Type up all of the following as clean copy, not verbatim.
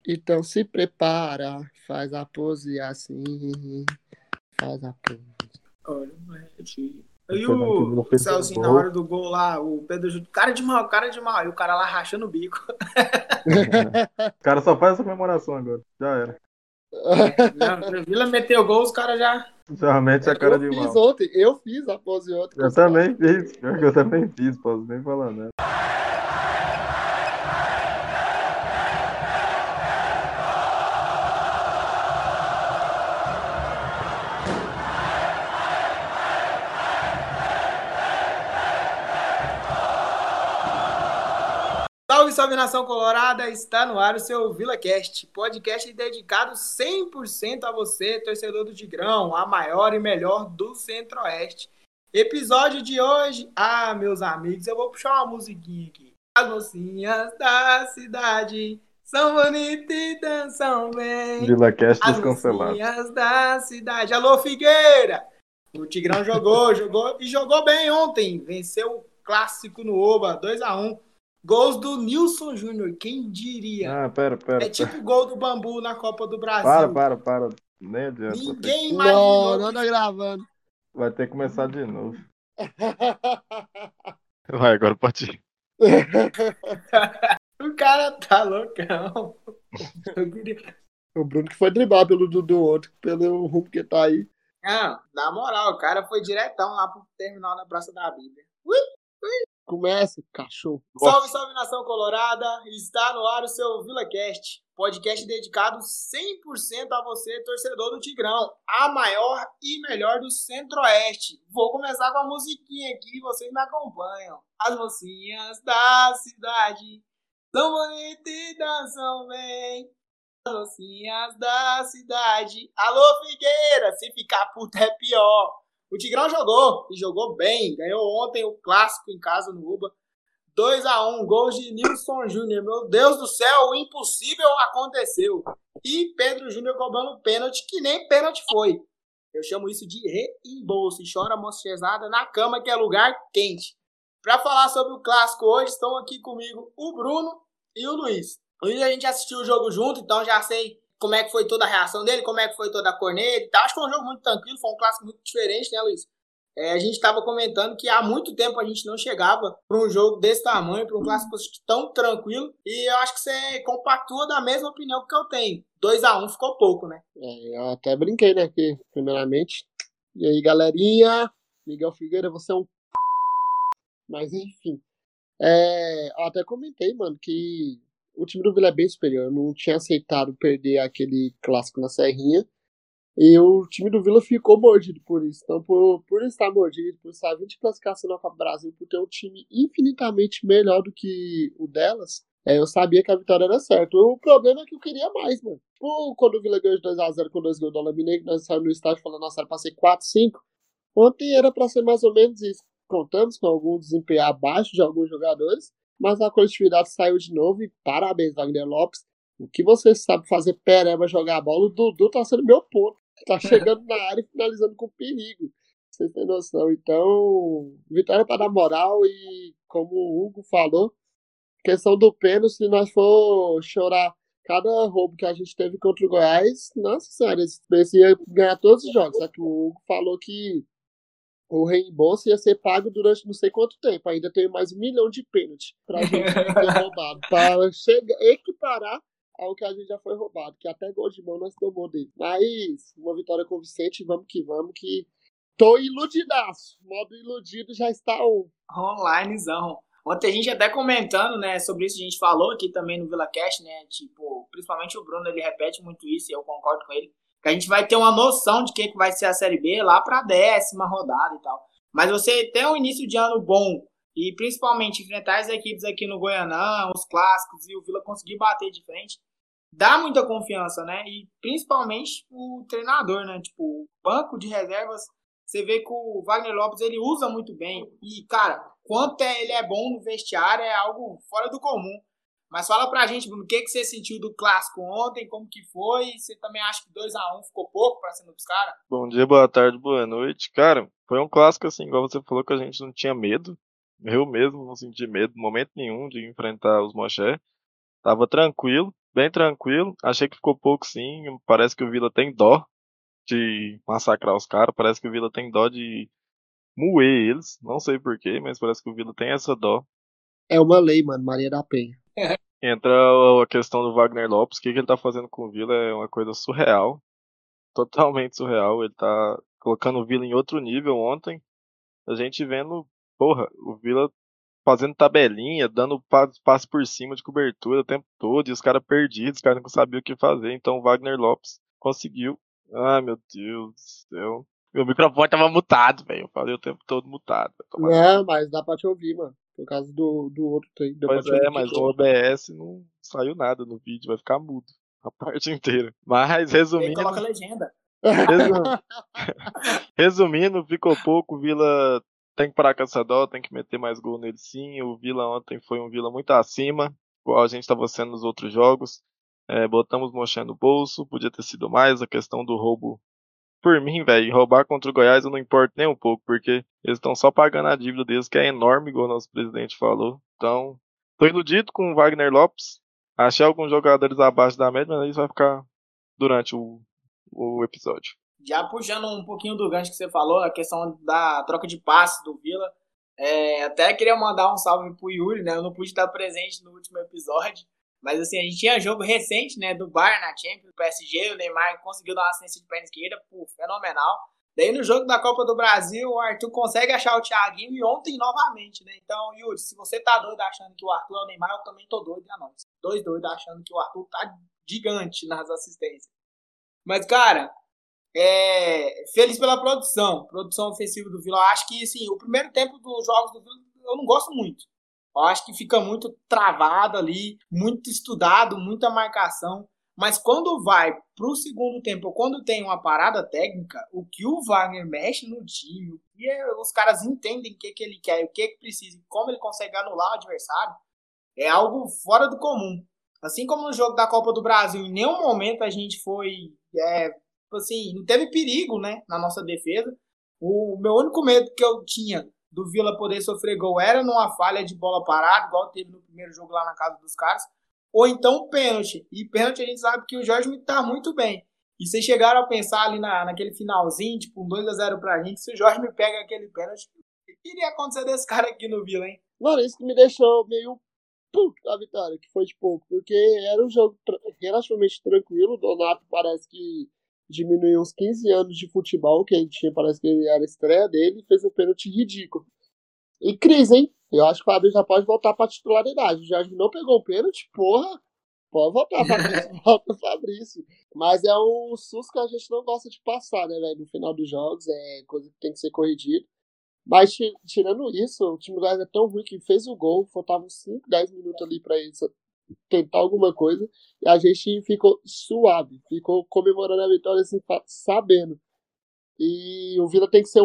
Então se prepara, faz a pose assim, faz a pose. Olha, moleque. E Pegando que o Vila o fez um Celcinho, na gol. hora do gol lá, o Pedro Júnior, cara de mal. E o cara lá rachando o bico. O cara só faz essa comemoração agora. Já era. O Vila meteu gol, os caras já... Realmente a cara de mal. Eu fiz a pose ontem com Eu os caras. também fiz. Pior que eu também fiz, posso nem falar nada. Salve, salve, nação colorada! Está no ar o seu VilaCast, podcast dedicado 100% a você, torcedor do Tigrão, a maior e melhor do Centro-Oeste. Episódio de hoje, meus amigos, eu vou puxar uma musiquinha aqui. As mocinhas da cidade são bonitas e dançam bem. VilaCast As descancelado. mocinhas da cidade. Alô, Figueira! O Tigrão jogou bem ontem. Venceu o clássico no Oba, 2-1. Gols do Nilson Júnior, quem diria? Pera. É tipo o gol do Bambu na Copa do Brasil. Para. Nem adianta. Ninguém Não, imaginou. não tá gravando. Vai ter que começar de novo. Vai, agora pode ir. O cara tá loucão. Eu queria... O Bruno que foi driblar pelo Dudu ontem, pelo rumo que tá aí. Não, na moral, o cara foi diretão lá pro terminal da Praça da Bíblia. Começa, cachorro. Salve, salve, nação colorada! Está no ar o seu VilaCast, podcast dedicado 100% a você, torcedor do Tigrão, a maior e melhor do Centro-Oeste. Vou começar com a musiquinha aqui, vocês me acompanham. As mocinhas da cidade são bonitas e dançam bem. As mocinhas da cidade. Alô, Figueira, se ficar puto é pior. O Tigrão jogou, e jogou bem. Ganhou ontem o clássico em casa no Uba. 2-1, gols de Nilson Júnior. Meu Deus do céu, o impossível aconteceu. E Pedro Júnior cobrando pênalti, que nem pênalti foi. Eu chamo isso de reembolso. E chora mocejada na cama, que é lugar quente. Para falar sobre o clássico hoje, estão aqui comigo o Bruno e o Luiz. O Luiz, a gente assistiu o jogo junto, então já sei como é que foi toda a reação dele, como é que foi toda a corneta e tal. Acho que foi um jogo muito tranquilo, foi um clássico muito diferente, né, Luiz? A gente estava comentando que há muito tempo a gente não chegava para um jogo desse tamanho, para um clássico tão tranquilo. E eu acho que você compactua da mesma opinião que eu tenho. 2-1 ficou pouco, né? Eu até brinquei, né? Que, primeiramente. E aí, galerinha? Miguel Figueira, você é um. Mas enfim. Eu até comentei, mano, que o time do Vila é bem superior. Eu não tinha aceitado perder aquele clássico na Serrinha. E o time do Vila ficou mordido por isso. Então, por estar mordido, por estar 20 classificação na Copa do Brasil, por ter um time infinitamente melhor do que o delas, eu sabia que a vitória era certa. O problema é que eu queria mais, mano. Quando o Vila ganhou de 2-0 com 2 gols do Alaminei, nós saímos no estádio falando, nossa, era pra ser 4-5. Ontem era pra ser mais ou menos isso. Contamos com algum desempenho abaixo de alguns jogadores, mas a coletividade saiu de novo e parabéns, Wagner Lopes. O que você sabe fazer pereba jogar a bola, o Dudu tá sendo meu ponto. Tá chegando na área e finalizando com perigo. Vocês têm noção. Então, vitória para dar moral e, como o Hugo falou, questão do pênalti, se nós for chorar cada roubo que a gente teve contra o Goiás, nossa senhora, esse ia ganhar todos os jogos. Só que o Hugo falou que o reembolso ia ser pago durante não sei quanto tempo. Ainda tem mais 1 milhão de pênalti pra gente ter roubado. Para equiparar ao que a gente já foi roubado, que até gol de mão nós tomou dele. Mas uma vitória convincente, vamos, que tô iludidaço. Modo iludido já está Onlinezão. Ontem a gente até comentando, né, sobre isso, a gente falou aqui também no VilaCast, né, tipo, principalmente o Bruno, ele repete muito isso e eu concordo com ele, que a gente vai ter uma noção de que vai ser a Série B lá pra 10ª rodada e tal. Mas você ter um início de ano bom e principalmente enfrentar as equipes aqui no Goianão, os clássicos, e o Vila conseguir bater de frente, dá muita confiança, né? E principalmente o treinador, né? Tipo, o banco de reservas, você vê que o Wagner Lopes, ele usa muito bem. E, cara, quanto ele é bom no vestiário é algo fora do comum. Mas fala pra gente, Bruno, o que você sentiu do clássico ontem, como que foi? Você também acha que 2-1 ficou pouco pra cima dos caras? Bom dia, boa tarde, boa noite. Cara, foi um clássico assim, igual você falou, que a gente não tinha medo. Eu mesmo não senti medo, em momento nenhum, de enfrentar os Moché. Tava tranquilo. bem tranquilo. Achei que ficou pouco, sim. Parece que o Vila tem dó de massacrar os caras. Parece que o Vila tem dó de moer eles. Não sei porquê, mas parece que o Vila tem essa dó. É uma lei, mano, Maria da Penha. Entra a questão do Wagner Lopes. O que ele tá fazendo com o Vila é uma coisa surreal. Totalmente surreal. Ele tá colocando o Vila em outro nível ontem. A gente vendo, porra, o Vila fazendo tabelinha, dando passe por cima de cobertura o tempo todo, e os caras perdidos, os caras não sabiam o que fazer. Então o Wagner Lopes conseguiu. Ai, meu Deus do céu. Meu microfone tava mutado, velho. Eu falei o tempo todo mutado. Vai tomar no Não, cu. mas dá pra te ouvir, mano. Por causa do outro tem. Deu pra Pois te é, ouvir mas de no novo. OBS não saiu nada no vídeo, vai ficar mudo a parte inteira. Mas E aí coloca resumindo, a legenda. resu- resumindo, ficou pouco. O Vila tem que parar com essa dó, tem que meter mais gol nele sim. O Vila ontem foi um Vila muito acima, igual a gente estava sendo nos outros jogos. Botamos Mochã no bolso, podia ter sido mais. A questão do roubo, por mim, velho, roubar contra o Goiás eu não importo nem um pouco, porque eles estão só pagando a dívida deles, que é enorme, igual o nosso presidente falou. Então, tô iludido com o Wagner Lopes. Achei alguns jogadores abaixo da média, mas isso vai ficar durante o episódio. Já puxando um pouquinho do gancho que você falou, a questão da troca de passes do Vila. Até queria mandar um salve pro Yuri, né? Eu não pude estar presente no último episódio. Mas assim, a gente tinha jogo recente, né? Do Bayern na Champions, o PSG, o Neymar conseguiu dar uma assistência de perna esquerda, pô, fenomenal. Daí no jogo da Copa do Brasil, o Arthur consegue achar o Thiaguinho e ontem novamente, né? Então, Yuri, se você tá doido achando que o Arthur é o Neymar, eu também tô doido, é nóis. Dois doidos achando que o Arthur tá gigante nas assistências. Mas, cara, feliz pela produção ofensiva do Vila. Eu acho que, assim, o primeiro tempo dos jogos do Vila eu não gosto muito. Eu acho que fica muito travado ali, muito estudado, muita marcação. Mas quando vai pro segundo tempo, ou quando tem uma parada técnica, o que o Wagner mexe no time, o que os caras entendem o que ele quer, o que precisa, e como ele consegue anular o adversário, é algo fora do comum. Assim como no jogo da Copa do Brasil, em nenhum momento a gente foi assim, não teve perigo, né, na nossa defesa. O meu único medo que eu tinha do Vila poder sofrer gol era numa falha de bola parada, igual teve no primeiro jogo lá na casa dos caras, ou então pênalti. E pênalti a gente sabe que o Jorge tá muito bem. E vocês chegaram a pensar ali naquele finalzinho, tipo um 2-0 pra gente, se o Jorge me pega aquele pênalti, o que iria acontecer desse cara aqui no Vila, hein? Mano, isso que me deixou meio puto da vitória, que foi de pouco, porque era um jogo relativamente tranquilo. O Donato parece que diminuiu uns 15 anos de futebol que ele tinha, parece que ele era a estreia dele, e fez um pênalti ridículo. E crise, hein? Eu acho que o Fabrício já pode voltar pra titularidade. O Jorge não pegou o pênalti, porra. Pode voltar, Fabrício. Volta, Fabrício. Mas é um susto que a gente não gosta de passar, né, velho? No final dos jogos, é coisa que tem que ser corrigida. Mas tirando isso, o time do Goiás é tão ruim que fez o gol, faltavam 5, 10 minutos ali pra eles tentar alguma coisa, e a gente ficou suave, ficou comemorando a vitória assim, sabendo. E o Vila tem que ser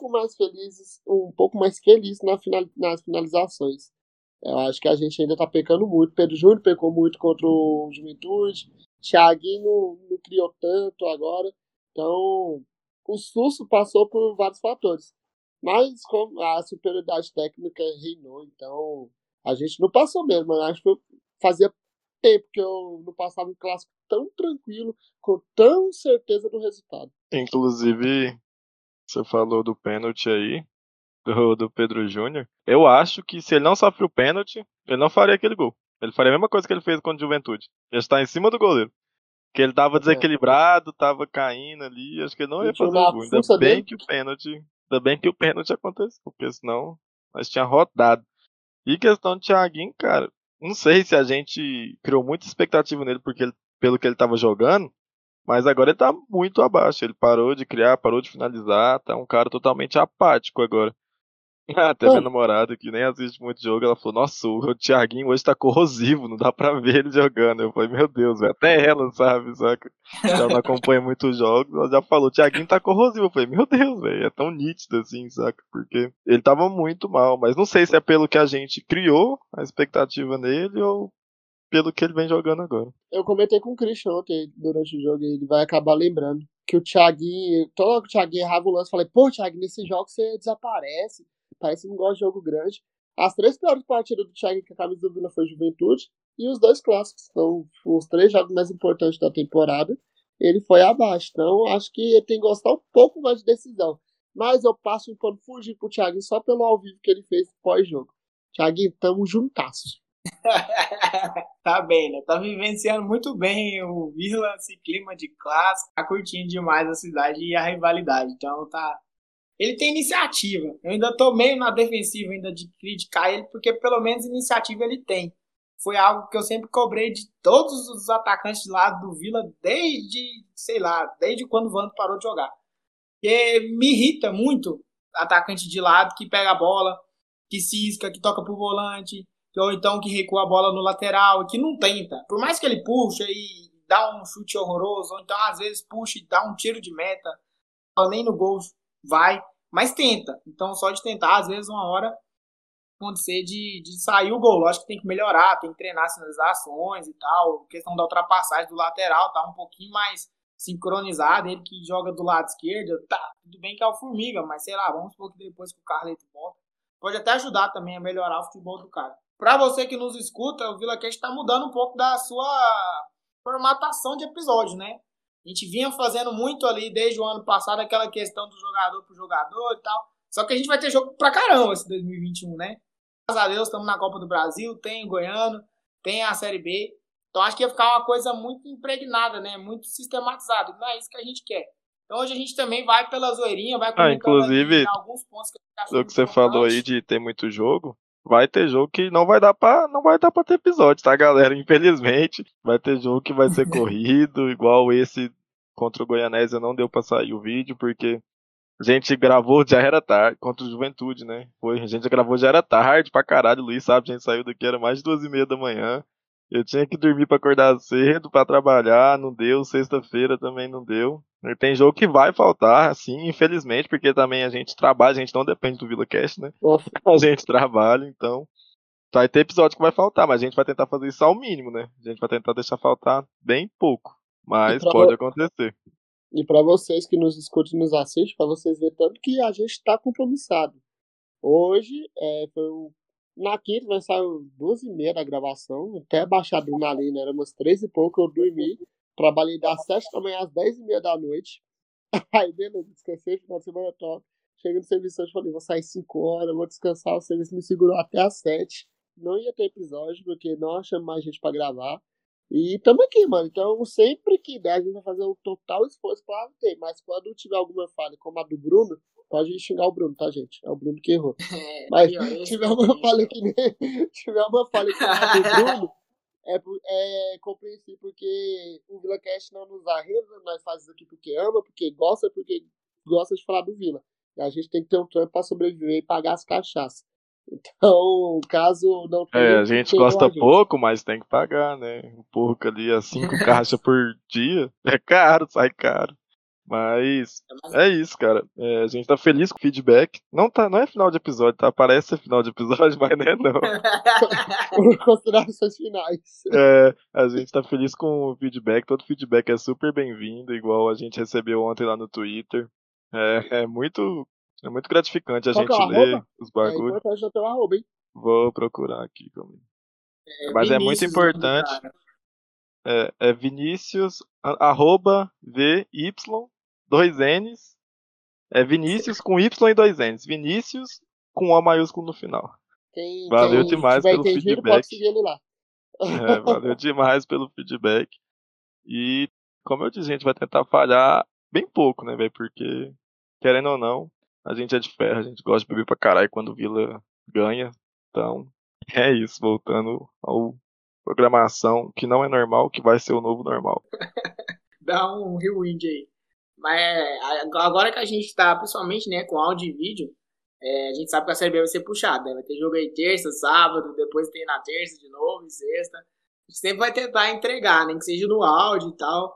um pouco mais feliz nas finalizações. Eu acho que a gente ainda tá pecando muito. Pedro Júnior pecou muito contra o Juventude. Thiaguinho não criou tanto agora. Então, o susto passou por vários fatores. Mas como a superioridade técnica reinou, então a gente não passou mesmo. Eu acho que fazia tempo que eu não passava um clássico tão tranquilo, com tão certeza do resultado. Inclusive, você falou do pênalti aí, do Pedro Júnior. Eu acho que se ele não sofre o pênalti, ele não faria aquele gol. Ele faria a mesma coisa que ele fez contra o Juventude. Ele está em cima do goleiro. Que ele tava desequilibrado, tava caindo ali, acho que ele não ia Sentiu fazer o na gol. força dele. Ainda bem que o pênalti aconteceu, porque senão nós tinha rodado. E questão de Thiaguinho, cara, não sei se a gente criou muita expectativa nele pelo que ele tava jogando, mas agora ele tá muito abaixo. Ele parou de criar, parou de finalizar, tá um cara totalmente apático agora. Até minha Mano, namorada, que nem assiste muito jogo, ela falou: Nossa, o Thiaguinho hoje tá corrosivo, não dá pra ver ele jogando. Eu falei: Meu Deus, velho. Até ela sabe, saca? Que ela não acompanha muitos jogos, ela já falou: Thiaguinho tá corrosivo. Eu falei: Meu Deus, velho. É tão nítido assim, saca? Porque ele tava muito mal, mas não sei se é pelo que a gente criou a expectativa nele ou pelo que ele vem jogando agora. eu comentei com o Christian ontem, durante o jogo, e ele vai acabar lembrando que o Thiaguinho, toda hora que o Thiaguinho errava o lance, eu falei: Pô, Thiaguinho, nesse jogo você desaparece, parece que não gosta de jogo grande. As 3 piores partidas do Thiaguinho com a camisa do Vila foi Juventude, e os 2 clássicos. Então, os 3 jogos mais importantes da temporada, ele foi abaixo. Então, acho que ele tem que gostar um pouco mais de decisão. Mas eu passo um pano fugir pro Thiaguinho só pelo ao vivo que ele fez pós-jogo. Thiaguinho, tamo juntasso. Tá bem, né? Tá vivenciando muito bem o Vila, esse clima de clássico. Tá curtindo demais a cidade e a rivalidade. Então tá. Ele tem iniciativa. Eu ainda tô meio na defensiva ainda de criticar ele, porque pelo menos iniciativa ele tem. Foi algo que eu sempre cobrei de todos os atacantes de lado do Vila desde, sei lá, desde quando o Vando parou de jogar. Porque me irrita muito atacante de lado que pega a bola, que cisca, que toca pro volante, ou então que recua a bola no lateral, que não tenta. Por mais que ele puxa e dá um chute horroroso, ou então às vezes puxa e dá um tiro de meta, nem no gol vai, mas tenta. Então só de tentar, às vezes uma hora acontecer de sair o gol. Lógico que tem que melhorar, tem que treinar as finalizações e tal. A questão da ultrapassagem do lateral tá um pouquinho mais sincronizado. Ele que joga do lado esquerdo, tá, tudo bem que é o Formiga, mas sei lá, vamos supor que depois que o Carleto volta, pode até ajudar também a melhorar o futebol do cara. Pra você que nos escuta, o VilaCast tá mudando um pouco da sua formatação de episódio, né? A gente vinha fazendo muito ali desde o ano passado aquela questão do jogador pro jogador e tal. Só que a gente vai ter jogo pra caramba esse 2021, né? Graças a Deus, estamos na Copa do Brasil, tem o Goiano, tem a Série B. Então acho que ia ficar uma coisa muito impregnada, né? Muito sistematizada. Não é isso que a gente quer. Então hoje a gente também vai pela zoeirinha, vai comentando inclusive, alguns pontos que a gente achou o que você falou aí de ter muito jogo, vai ter jogo que não vai dar pra ter episódio, tá, galera? Infelizmente, vai ter jogo que vai ser corrido, igual esse contra o Goianésia não deu pra sair o vídeo, porque a gente gravou, já era tarde, contra o Juventude, né? A gente gravou, já era tarde pra caralho, o Luiz sabe, a gente saiu daqui, era mais de 2h30 da manhã. Eu tinha que dormir pra acordar cedo, pra trabalhar, não deu, sexta-feira também não deu. E tem jogo que vai faltar, assim, infelizmente, porque também a gente trabalha, a gente não depende do VilaCast, né? Nossa. A gente trabalha, então vai ter episódio que vai faltar, mas a gente vai tentar fazer isso ao mínimo, né? A gente vai tentar deixar faltar bem pouco, mas pode acontecer. E para vocês que nos escutam e nos assistem, para vocês verem tanto que a gente está compromissado. Hoje, na quinta, vai sair 2h30 da gravação, até baixar a adrenalina, era umas 3 e pouco, eu dormi, trabalhei das 7 da manhã às 10h30 da noite, aí beleza, descansei, final de semana top, cheguei no serviço hoje, falei, vou sair 5 horas, vou descansar, o serviço me segurou até às 7, não ia ter episódio, porque não achamos mais gente para gravar, e estamos aqui, mano. Então, sempre que der, a gente vai fazer o total esforço pra ter. Mas quando tiver alguma falha, como a do Bruno, pode xingar o Bruno, tá, gente? É o Bruno que errou. Mas tiver uma falha que nem a do Bruno, é compreensível, porque o VilaCast não nos arreda, nós fazemos aqui porque ama, porque gosta de falar do Vila. E a gente tem que ter um trampo pra sobreviver e pagar as cachaças. Então, caso não tenha... a gente gosta pouco, mas tem que pagar, né? O porco ali, as 5 caixas por dia, é caro, sai caro. Mas é isso, cara. A gente tá feliz com o feedback. Não é final de episódio, tá? Parece ser final de episódio, mas não é não. Por considerações finais. A gente tá feliz com o feedback. Todo feedback é super bem-vindo, igual a gente recebeu ontem lá no Twitter. É muito gratificante a gente ler os bagulhos. É importante ter um arroba, hein? Vou procurar aqui comigo. Mas Vinícius, é muito importante. É Vinícius, @VY, 2 N's. É Vinícius com Y e 2 N's. Vinícius com O maiúsculo no final. Valeu demais pelo feedback. Pode seguir ele lá. Valeu demais pelo feedback. E, como eu disse, a gente vai tentar falhar bem pouco, né, velho? Porque, querendo ou não, a gente é de ferro, a gente gosta de beber pra caralho quando o Vila ganha. Então, é isso. Voltando ao programação que não é normal, que vai ser o novo normal. Dá um rewind aí. Mas agora que a gente tá, principalmente, né, com áudio e vídeo, a gente sabe que a Série B vai ser puxada, né? Vai ter jogo aí terça, sábado, depois tem na terça de novo, e sexta. A gente sempre vai tentar entregar, nem que seja no áudio e tal.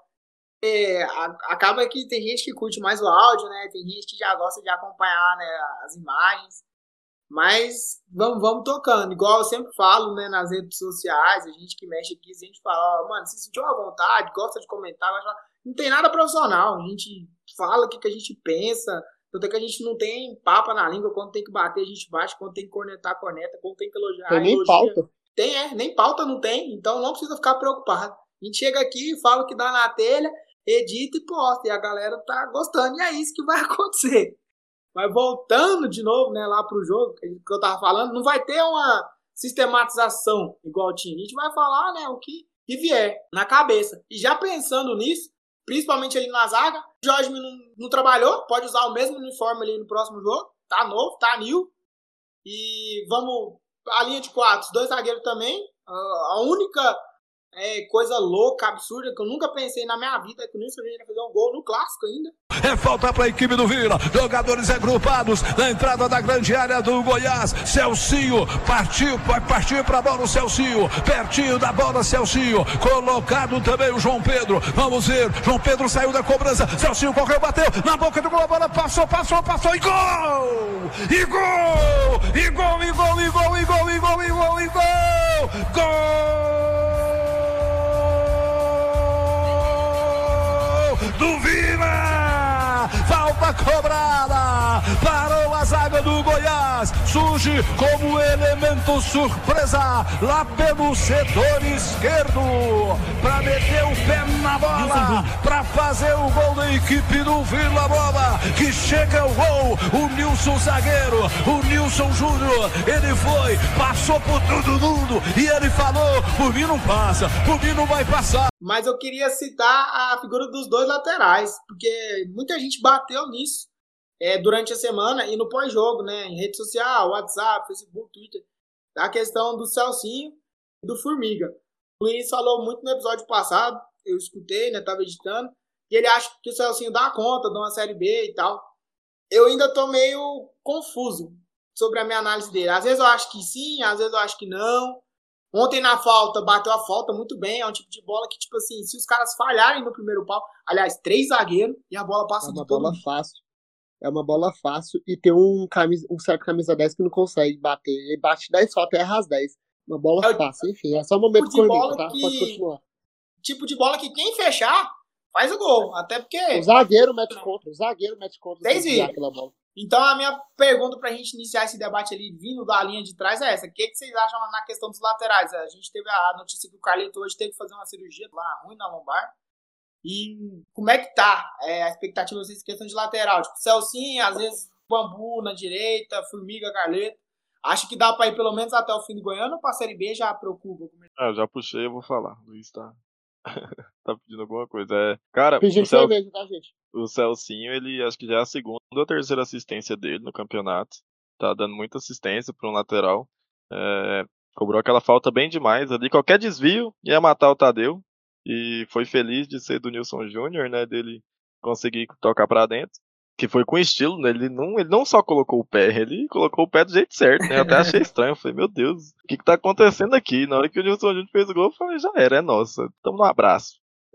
Acaba que tem gente que curte mais o áudio, né? Tem gente que já gosta de acompanhar, né, as imagens. Mas vamos tocando. Igual eu sempre falo, né, nas redes sociais, a gente que mexe aqui, a gente fala, mano, se sentiu à vontade, gosta de comentar, vai falar, não tem nada profissional. A gente fala o que a gente pensa, tanto é que a gente não tem papa na língua. Quando tem que bater, a gente bate, quando tem que cornetar, corneta, quando tem que elogiar, tem nem elogia. pauta. Tem, nem pauta não tem, então não precisa ficar preocupado. A gente chega aqui, fala o que dá na telha, edita e posta, e a galera tá gostando, e é isso que vai acontecer. Mas voltando de novo, né, lá pro jogo, que eu tava falando, não vai ter uma sistematização igual tinha. A gente vai falar, né, o que vier na cabeça. E já pensando nisso, principalmente ali na zaga, o Jorge não trabalhou, pode usar o mesmo uniforme ali no próximo jogo, tá novo, tá new. E vamos, a linha de 4, os 2 zagueiros também. A única coisa louca, absurda, que eu nunca pensei na minha vida é que o Nilson ia fazer um gol no clássico ainda. É falta para a equipe do Vila, jogadores agrupados na entrada da grande área do Goiás. Celcinho vai partir para a bola o Celcinho, pertinho da bola Celcinho, colocado também o João Pedro. Vamos ver, João Pedro saiu da cobrança, Celcinho correu, bateu na boca do gol, a bola passou e gol! E gol! E gol, e gol, e gol, e gol, e gol, e gol, e gol! Gol! Do Vila, falta cobrada, parou a zaga do Goiás, surge como elemento surpresa lá pelo setor esquerdo, para meter o pé na bola, para fazer o gol da equipe do Vila Nova, que chega o gol, o Nilson zagueiro, o Nilson Júnior, ele passou por todo mundo, e ele falou, por mim não passa, por mim não vai passar. Mas eu queria citar a figura dos 2 laterais, porque muita gente bateu nisso durante a semana e no pós-jogo, né, em rede social, WhatsApp, Facebook, Twitter, a questão do Celcinho e do Formiga. O Luiz falou muito no episódio passado, eu escutei, né, tava editando, e ele acha que o Celcinho dá conta de uma Série B e tal. Eu ainda tô meio confuso sobre a minha análise dele. Às vezes eu acho que sim, às vezes eu acho que não. Ontem na falta, bateu a falta muito bem. É um tipo de bola que, tipo assim, se os caras falharem no primeiro pau... Aliás, 3 zagueiros e a bola passa de todo mundo. É uma bola fácil. E tem um certo camisa 10 que não consegue bater. Ele bate 10 faltas e erra as 10. Uma bola fácil, enfim. É só um momento corneto, tá? Pode continuar. Tipo de bola que quem fechar faz o gol. Até porque... O zagueiro mete contra. Vocês viram aquela bola. Então a minha pergunta pra gente iniciar esse debate ali, vindo da linha de trás, é essa. O que vocês acham na questão dos laterais? A gente teve a notícia que o Carleto hoje teve que fazer uma cirurgia lá ruim na lombar. E como é que tá a expectativa de vocês em questão de lateral? Tipo, Celcinho, às vezes Bambu na direita, Formiga, Carleto. Acho que dá pra ir pelo menos até o fim do Goiânia ou pra Série B já preocupa? Já puxei, eu vou falar. Luiz tá pedindo alguma coisa. Cara, pedindo cerveja, tá, gente? O Celcinho, ele acho que já é a segunda ou a terceira assistência dele no campeonato. Tá dando muita assistência para um lateral. Cobrou aquela falta bem demais ali. Qualquer desvio ia matar o Tadeu. E foi feliz de ser do Nilson Júnior, né? Dele conseguir tocar para dentro. Que foi com estilo, né? Ele não só colocou o pé, ele colocou o pé do jeito certo, né? Eu até achei estranho. Eu falei, meu Deus, o que tá acontecendo aqui? Na hora que o Nilson Júnior fez o gol, eu falei, já era, é nossa. Tamo no abraço.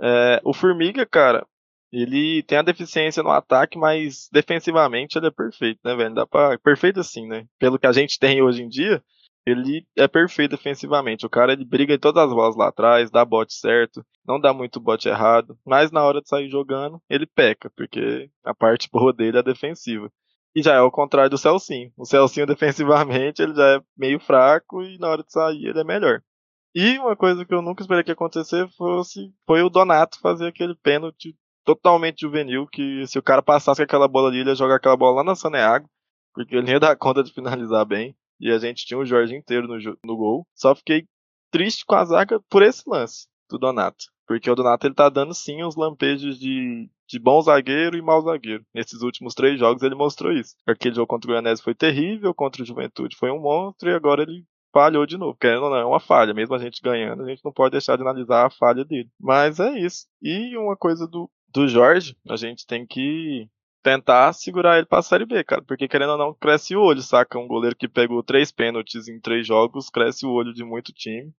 O Formiga, cara, ele tem a deficiência no ataque, mas defensivamente ele é perfeito, né, velho? Perfeito assim, né? Pelo que a gente tem hoje em dia, ele é perfeito defensivamente. O cara, ele briga em todas as bolas lá atrás, dá bote certo, não dá muito bote errado, mas na hora de sair jogando, ele peca, porque a parte boa dele é defensiva. E já é ao contrário do Celcinho. O Celcinho, defensivamente, ele já é meio fraco e na hora de sair ele é melhor. E uma coisa que eu nunca esperei que acontecer foi o Donato fazer aquele pênalti totalmente juvenil, que se o cara passasse com aquela bola ali, ele ia jogar aquela bola lá na Saneago, porque ele ia dar conta de finalizar bem. E a gente tinha o Jorge inteiro no gol. Só fiquei triste com a zaga por esse lance do Donato. Porque o Donato, ele tá dando sim uns lampejos de bom zagueiro e mau zagueiro. Nesses últimos 3 jogos ele mostrou isso. Aquele jogo contra o Goianese foi terrível, contra o Juventude foi um monstro, e agora ele falhou de novo. Querendo ou não, é uma falha. Mesmo a gente ganhando, a gente não pode deixar de analisar a falha dele. Mas é isso. E uma coisa do Jorge, a gente tem que tentar segurar ele pra Série B, cara. Porque querendo ou não, cresce o olho, saca? Um goleiro que pegou 3 pênaltis em 3 jogos, cresce o olho de muito time.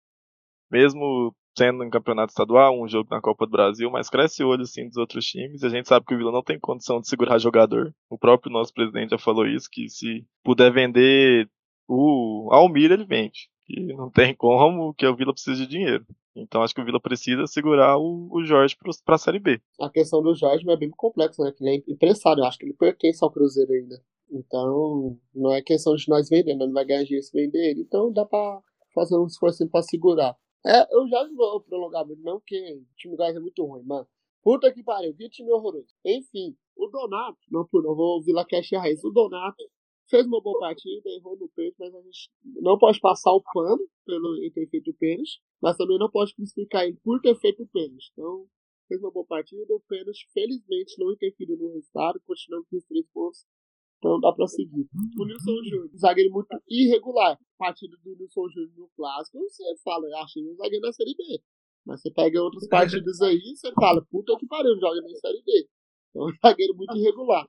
Mesmo sendo em campeonato estadual, um jogo na Copa do Brasil, mas cresce o olho sim dos outros times. A gente sabe que o Vila não tem condição de segurar jogador. O próprio nosso presidente já falou isso, que se puder vender o Almir, ele vende. Que não tem como, que o Vila precisa de dinheiro. Então acho que o Vila precisa segurar o Jorge pra Série B. A questão do Jorge é bem complexa, né? Que ele é empresário, eu acho que ele pertence ao Cruzeiro ainda. Então, não é questão de nós vender, não vai ganhar dinheiro se vender ele. Então dá pra fazer um esforço pra segurar. Eu já não vou prolongar muito, não, porque o time do Goiás é muito ruim, mano. Puta que pariu, que time horroroso. Enfim, o Donato, não vou ouvir lá Cash Raiz. O Donato fez uma boa partida, errou no peito, mas a gente não pode passar o pano pelo ele ter feito o pênalti, mas também não pode crucificar ele por ter feito o pênalti. Então, fez uma boa partida, o pênalti, felizmente, não interferiu no resultado, continuamos com os 3 pontos, então dá pra seguir. O Nilson Júnior, um zagueiro muito irregular. Partida do Nilson Júnior no Clássico, você fala, achei um zagueiro na Série B. Mas você pega outras partidas aí e você fala, puta que pariu, joga na Série B. Então, é um zagueiro muito irregular.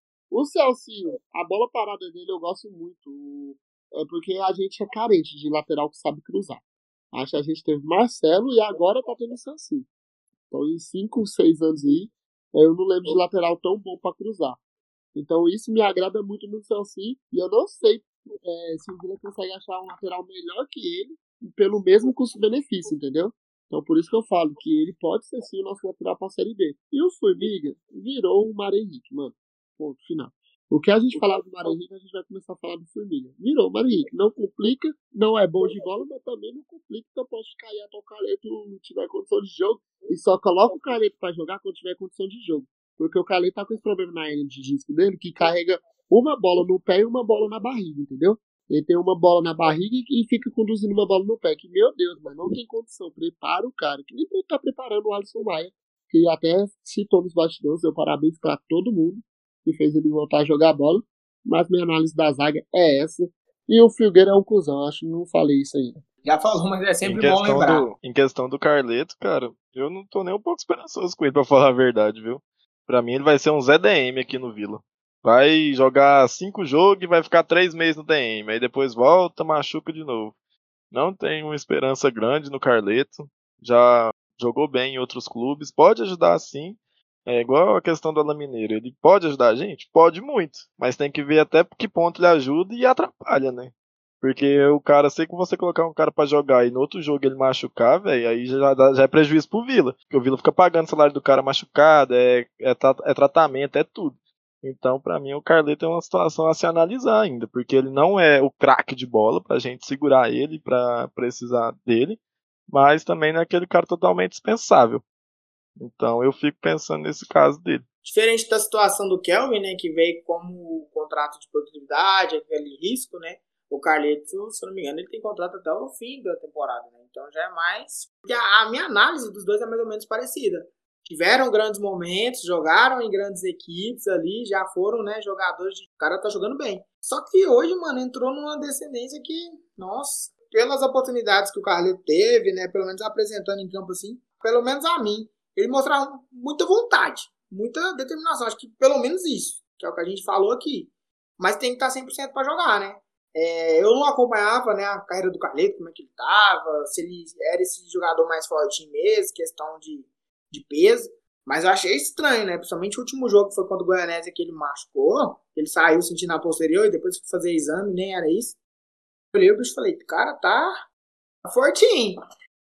O Celcinho, a bola parada dele eu gosto muito. É porque a gente é carente de lateral que sabe cruzar. Acho que a gente teve Marcelo e agora tá tendo o Celcinho. Então, em 5, 6 anos aí, eu não lembro de lateral tão bom pra cruzar. Então, isso me agrada muito no Celcinho. E eu não sei se o Vila consegue achar um lateral melhor que ele pelo mesmo custo-benefício, entendeu? Então, por isso que eu falo que ele pode ser sim o nosso lateral pra Série B. E o Formiga virou o Mário Henrique, mano. Ponto final. O que a gente falava do Mário Henrique, a gente vai começar a falar do Formiga. Virou o Mário Henrique. Não complica, não é bom de bola, mas também não complica. Então pode cair até o Carleto tiver condição de jogo. E só coloca o Carleto pra jogar quando tiver condição de jogo. Porque o Carleto tá com esse problema na hernia de disco dele, que carrega uma bola no pé e uma bola na barriga, entendeu? Ele tem uma bola na barriga e fica conduzindo uma bola no pé. Que, meu Deus, mas não tem condição. Prepara o cara. Que nem tá preparando o Alisson Maia, que até citou nos bastidores. Deu parabéns pra todo mundo que fez ele voltar a jogar bola. Mas minha análise da zaga é essa. E o Filgueira é um cuzão. Acho que não falei isso ainda. Já falou, mas é sempre bom lembrar. Em questão do Carleto, cara, eu não tô nem um pouco esperançoso com ele, pra falar a verdade, viu? Pra mim ele vai ser um Zé DM aqui no Vila. Vai jogar 5 jogos e vai ficar 3 meses no DM. Aí depois volta, machuca de novo. Não tenho uma esperança grande no Carleto. Já jogou bem em outros clubes. Pode ajudar sim. É igual a questão do Alain Mineiro. Ele pode ajudar a gente? Pode muito. Mas tem que ver até que ponto ele ajuda e atrapalha, né? Porque o cara, sei que você colocar um cara pra jogar e no outro jogo ele machucar, velho, aí já é prejuízo pro Vila. Porque o Vila fica pagando o salário do cara machucado, é tratamento, é tudo. Então, pra mim, o Carleto é uma situação a se analisar ainda, porque ele não é o craque de bola pra gente segurar ele, pra precisar dele, mas também não é aquele cara totalmente dispensável. Então, eu fico pensando nesse caso dele. Diferente da situação do Kelvin, né, que veio como contrato de produtividade, aquele risco, né, o Carleto, se eu não me engano, ele tem contrato até o fim da temporada, né, então já é mais... A minha análise dos dois é mais ou menos parecida. Tiveram grandes momentos, jogaram em grandes equipes ali, já foram, né, jogadores de... O cara tá jogando bem. Só que hoje, mano, entrou numa descendência que, nossa, pelas oportunidades que o Carleto teve, né, pelo menos apresentando em campo assim, pelo menos a mim, ele mostrava muita vontade, muita determinação. Acho que pelo menos isso, que é o que a gente falou aqui. Mas tem que estar 100% pra jogar, né? Eu não acompanhava, né, a carreira do Carleto, como é que ele tava, se ele era esse jogador mais fortinho mesmo, questão de peso, mas eu achei estranho, né? Principalmente o último jogo que foi contra o Goianese, que ele machucou, ele saiu sentindo a posterior e depois foi fazer exame, nem era isso. Eu olhei o bicho e falei, cara, tá fortinho.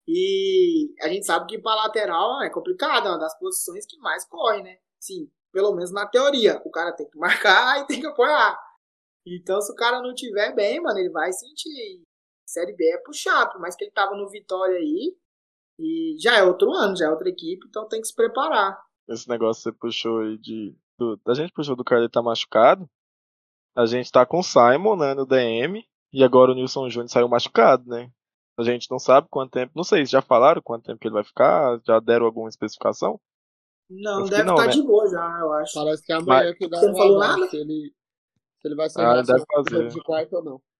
E a gente sabe que pra lateral é complicado, é uma das posições que mais corre, né? Sim, pelo menos na teoria. O cara tem que marcar e tem que apoiar. Então, se o cara não tiver bem, mano, ele vai sentir. Série B é puxado, por mais que ele tava no Vitória aí. E já é outro ano, já é outra equipe, então tem que se preparar. Esse negócio que você puxou aí a gente puxou do Carleto tá machucado. A gente tá com o Simon, né, no DM. E agora o Nilson Júnior saiu machucado, né? A gente não sabe quanto tempo. Não sei, já falaram quanto tempo que ele vai ficar? Já deram alguma especificação? Não, deve estar, né, de boa já, eu acho. Parece que amanhã que dá. Você não falou nada? Se ele vai ser ele deve fazer de quarto ou não.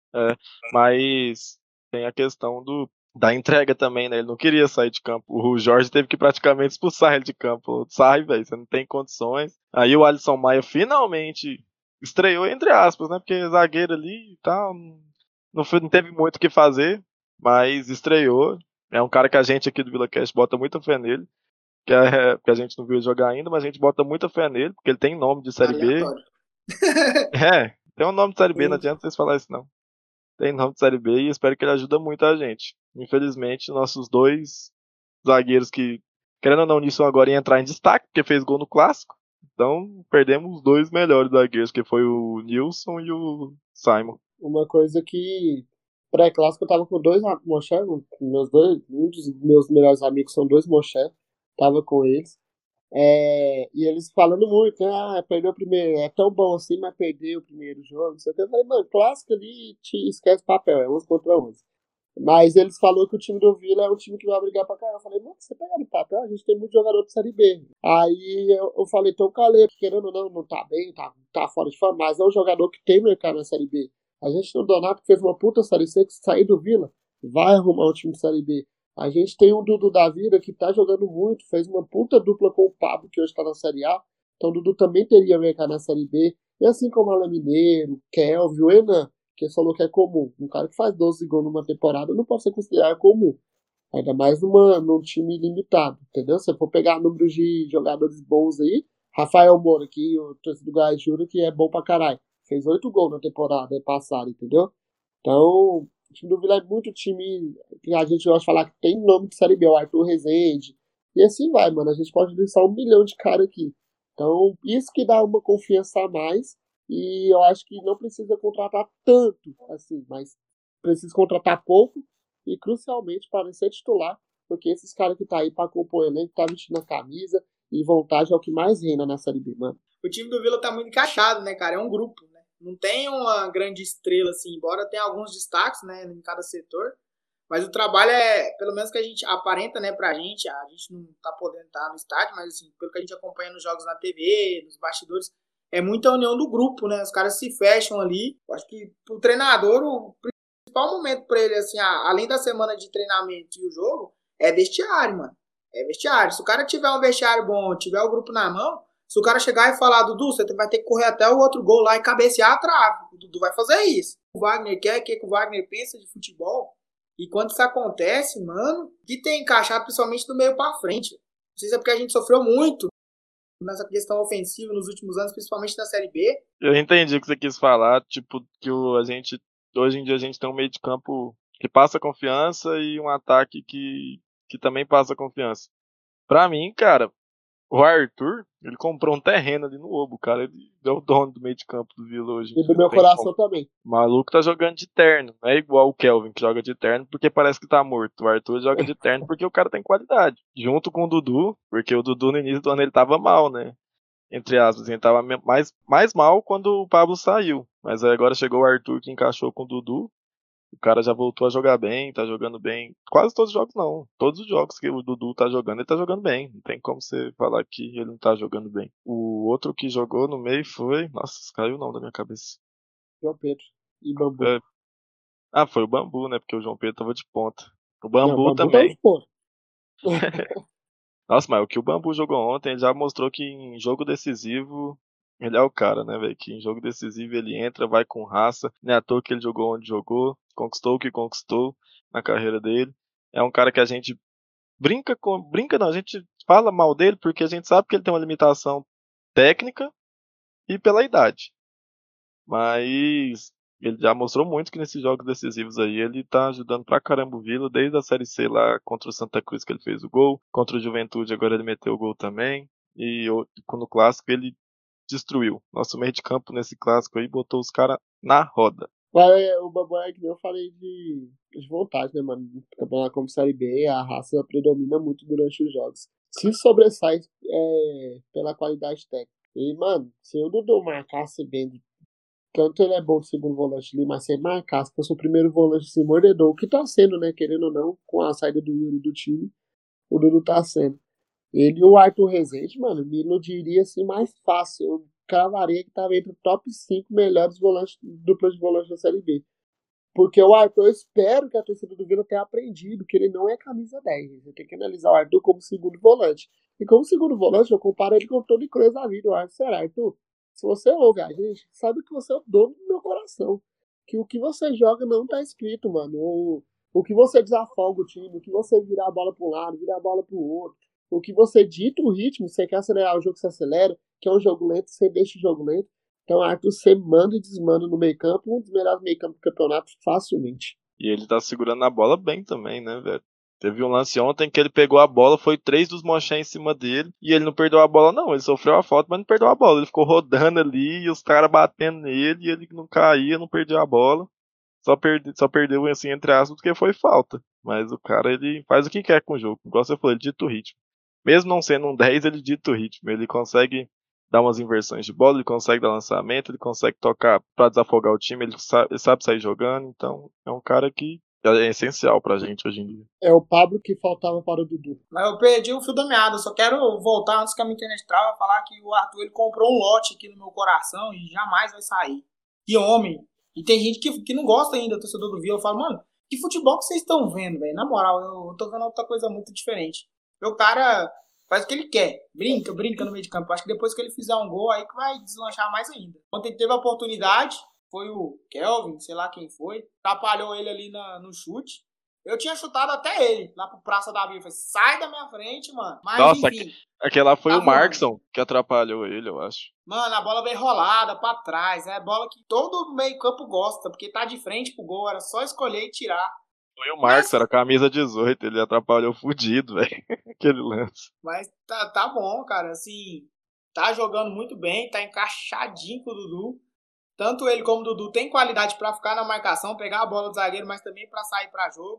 Mas tem a questão da entrega também, né? Ele não queria sair de campo. O Jorge teve que praticamente expulsar ele de campo. Sai, velho, você não tem condições. Aí o Alisson Maia finalmente estreou, entre aspas, né? Porque zagueiro ali e tal, não teve muito o que fazer, mas estreou. É um cara que a gente aqui do VilaCast bota muita fé nele. Que a gente não viu ele jogar ainda, mas a gente bota muita fé nele, porque ele tem nome de Série B. Tem um nome de Série B, não adianta vocês falarem isso não. Tem nome de Série B e espero que ele ajude muito a gente. Infelizmente, nossos dois zagueiros que, querendo ou não, nisso agora iam entrar em destaque, porque fez gol no Clássico. Então, perdemos os dois melhores zagueiros, que foi o Nilson e o Simon. Uma coisa que pré-clássico eu tava com dois Moché, um dos meus melhores amigos são dois Moché, tava com eles. E eles falando muito, né? Perdeu o primeiro, é tão bom assim, mas perdeu o primeiro jogo, não sei o que. Eu falei, mano, clássico ali, te esquece papel, é 11 contra 11. Mas eles falaram que o time do Vila é um time que vai brigar pra caralho. Eu falei, mano, você pega no papel, a gente tem muito jogador de Série B. Aí eu falei, então o Caleb, querendo ou não tá bem, tá fora de forma, mas é um jogador que tem mercado na Série B. A gente tem o Donato que fez uma puta Série C, que sair do Vila, vai arrumar um time de Série B. A gente tem o Dudu da Vida, que tá jogando muito, fez uma puta dupla com o Pablo, que hoje tá na Série A. Então o Dudu também teria mercado na Série B. E assim como o Alan Mineiro, Kelvin, o Enan, que falou que é comum. Um cara que faz 12 gols numa temporada não pode ser considerado comum. Ainda mais num time limitado, entendeu? Se for pegar números de jogadores bons aí, Rafael Moura, que o torcedor do Goiás jura que é bom pra caralho. Fez 8 gols na temporada passada, entendeu? Então, o time do Vila é muito time que a gente gosta de falar que tem nome de Série B, o Arthur Rezende. E assim vai, mano. A gente pode listar 1 milhão de caras aqui. Então, isso que dá uma confiança a mais. E eu acho que não precisa contratar tanto, assim, mas precisa contratar pouco e, crucialmente, para ser titular, porque esses caras que tá aí para compor o elenco, tá vestindo a camisa e vontade é o que mais reina na Série B, mano. O time do Vila tá muito encaixado, né, cara? É um grupo, né? Não tem uma grande estrela, assim, embora tenha alguns destaques, né, em cada setor. Mas o trabalho pelo menos que a gente aparenta, né, pra gente, a gente não tá podendo estar no estádio, mas assim, pelo que a gente acompanha nos jogos na TV, nos bastidores, é muita união do grupo, né? Os caras se fecham ali. Eu acho que pro treinador, o principal momento pra ele, assim, além da semana de treinamento e o jogo, é vestiário, mano. É vestiário. Se o cara tiver um vestiário bom, tiver o grupo na mão, se o cara chegar e falar, Dudu, você vai ter que correr até o outro gol lá e cabecear a trave. O Dudu vai fazer isso. O Wagner quer, o que o Wagner pensa de futebol. E quando isso acontece, mano, que tem encaixado principalmente do meio pra frente. Não sei se é porque a gente sofreu muito nessa questão ofensiva nos últimos anos, principalmente na Série B. Eu entendi o que você quis falar, tipo, que hoje em dia a gente tem um meio de campo que passa confiança e um ataque que também passa confiança. Pra mim, cara, o Arthur, ele comprou um terreno ali no Obo, cara, ele é o dono do meio de campo do Vila hoje. E do meu coração também. O maluco tá jogando de terno, não é igual o Kelvin que joga de terno porque parece que tá morto. O Arthur joga de terno porque o cara tem qualidade. Junto com o Dudu, porque o Dudu no início do ano ele tava mal, né? Entre aspas, ele tava mais mal quando o Pablo saiu. Mas aí agora chegou o Arthur que encaixou com o Dudu. O cara já voltou a jogar bem, tá jogando bem. Quase todos os jogos não. Todos os jogos que o Dudu tá jogando, ele tá jogando bem. Não tem como você falar que ele não tá jogando bem. O outro que jogou no meio foi... Nossa, caiu o nome da minha cabeça. João Pedro e Bambu. Foi o Bambu, né? Porque o João Pedro tava de ponta. O Bambu Não, também. Tá de ponta. Nossa, mas o que o Bambu jogou ontem, ele já mostrou que em jogo decisivo, ele é o cara, né, velho? Que em jogo decisivo ele entra, vai com raça. Não é à toa que ele jogou onde jogou, conquistou o que conquistou na carreira dele. É um cara que a gente brinca não, a gente fala mal dele porque a gente sabe que ele tem uma limitação técnica e pela idade. Mas ele já mostrou muito que nesses jogos decisivos aí ele tá ajudando pra caramba o Vila, desde a Série C lá contra o Santa Cruz que ele fez o gol, contra o Juventude agora ele meteu o gol também, e no Clássico ele destruiu. Nosso meio de campo nesse Clássico aí botou os caras na roda. Mas o Bambu é que nem eu falei de vontade, né, mano? Campeonato como Série B, a raça predomina muito durante os jogos. Se sobressai pela qualidade técnica. E, mano, se o Dudu marcasse bem, tanto ele é bom de segundo volante ali, mas se ele marcasse, fosse o primeiro volante assim, mordedor, o que tá sendo, né, querendo ou não, com a saída do Yuri do time, o Dudu tá sendo. Ele e o Arthur Rezende, mano, me iludiria assim mais fácil. Eu cravaria que tava entre o top 5 melhores duplas de volante da Série B. Porque o Arthur, eu espero que a torcida do Vila tenha aprendido que ele não é camisa 10. Você tem que analisar o Arthur como segundo volante. E como segundo volante, eu comparo ele com o Tony Kroos da vida. Eu acho, será, Arthur? Se você ouve a gente, sabe que você é o dono do meu coração. Que o que você joga não tá escrito, mano. O que você desafoga o time, o que você virar a bola para um lado, virar a bola para o outro. O que você dita o ritmo, você quer acelerar o jogo, você acelera. Que é um jogo lento, você deixa o jogo lento. Então, Arthur, você manda e desmanda no meio campo, um dos melhores meio campo do campeonato, facilmente. E ele tá segurando a bola bem também, né, velho? Teve um lance ontem que ele pegou a bola, foi 3 dos Moché em cima dele, e ele não perdeu a bola não, ele sofreu a falta, mas não perdeu a bola. Ele ficou rodando ali, e os caras batendo nele, e ele não caía, não perdeu a bola. só perdeu, assim, entre aspas, porque foi falta. Mas o cara, ele faz o que quer com o jogo. Igual você falou, ele dita o ritmo. Mesmo não sendo um 10, ele dita o ritmo. Ele consegue dar umas inversões de bola, ele consegue dar lançamento, ele consegue tocar pra desafogar o time, ele sabe sair jogando. Então, é um cara que é essencial pra gente hoje em dia. É o Pablo que faltava para o Dudu. Mas eu perdi o fio da meada. Eu só quero voltar antes que a minha internet trava e falar que o Arthur ele comprou um lote aqui no meu coração e jamais vai sair. E homem. E tem gente que não gosta ainda, torcedor do Vila. Eu falo, mano, que futebol que vocês estão vendo, velho? Na moral, eu tô vendo outra coisa muito diferente. O cara faz o que ele quer. Brinca no meio de campo. Acho que depois que ele fizer um gol, aí que vai deslanchar mais ainda. Ontem teve a oportunidade, foi o Kelvin, sei lá quem foi, atrapalhou ele ali no chute. Eu tinha chutado até ele, lá pro Praça da Bíblia. Falei, sai da minha frente, mano. Mas, Nossa, enfim. aquele lá foi Tá o Markson que atrapalhou ele, eu acho. Mano, a bola veio rolada pra trás. É a bola que todo meio campo gosta, porque tá de frente pro gol. Era só escolher e tirar. Foi o Markson, era camisa 18. Ele atrapalhou fudido, velho. Aquele lance. Mas tá bom, cara. Assim, tá jogando muito bem, tá encaixadinho com o Dudu. Tanto ele como o Dudu tem qualidade pra ficar na marcação, pegar a bola do zagueiro, mas também pra sair pra jogo.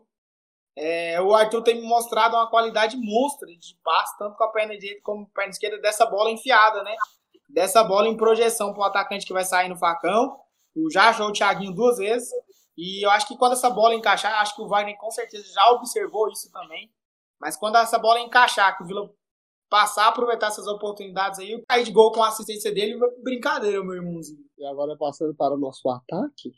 O Arthur tem me mostrado uma qualidade monstra de passe, tanto com a perna direita como com a perna esquerda, dessa bola enfiada, né? Dessa bola em projeção pro atacante que vai sair no facão. Já achou o Thiaguinho 2 vezes. E eu acho que quando essa bola encaixar, acho que o Wagner com certeza já observou isso também. Mas quando essa bola encaixar, que o Vila passar a aproveitar essas oportunidades aí, cair de gol com a assistência dele, brincadeira, meu irmãozinho. E agora passando para o nosso ataque,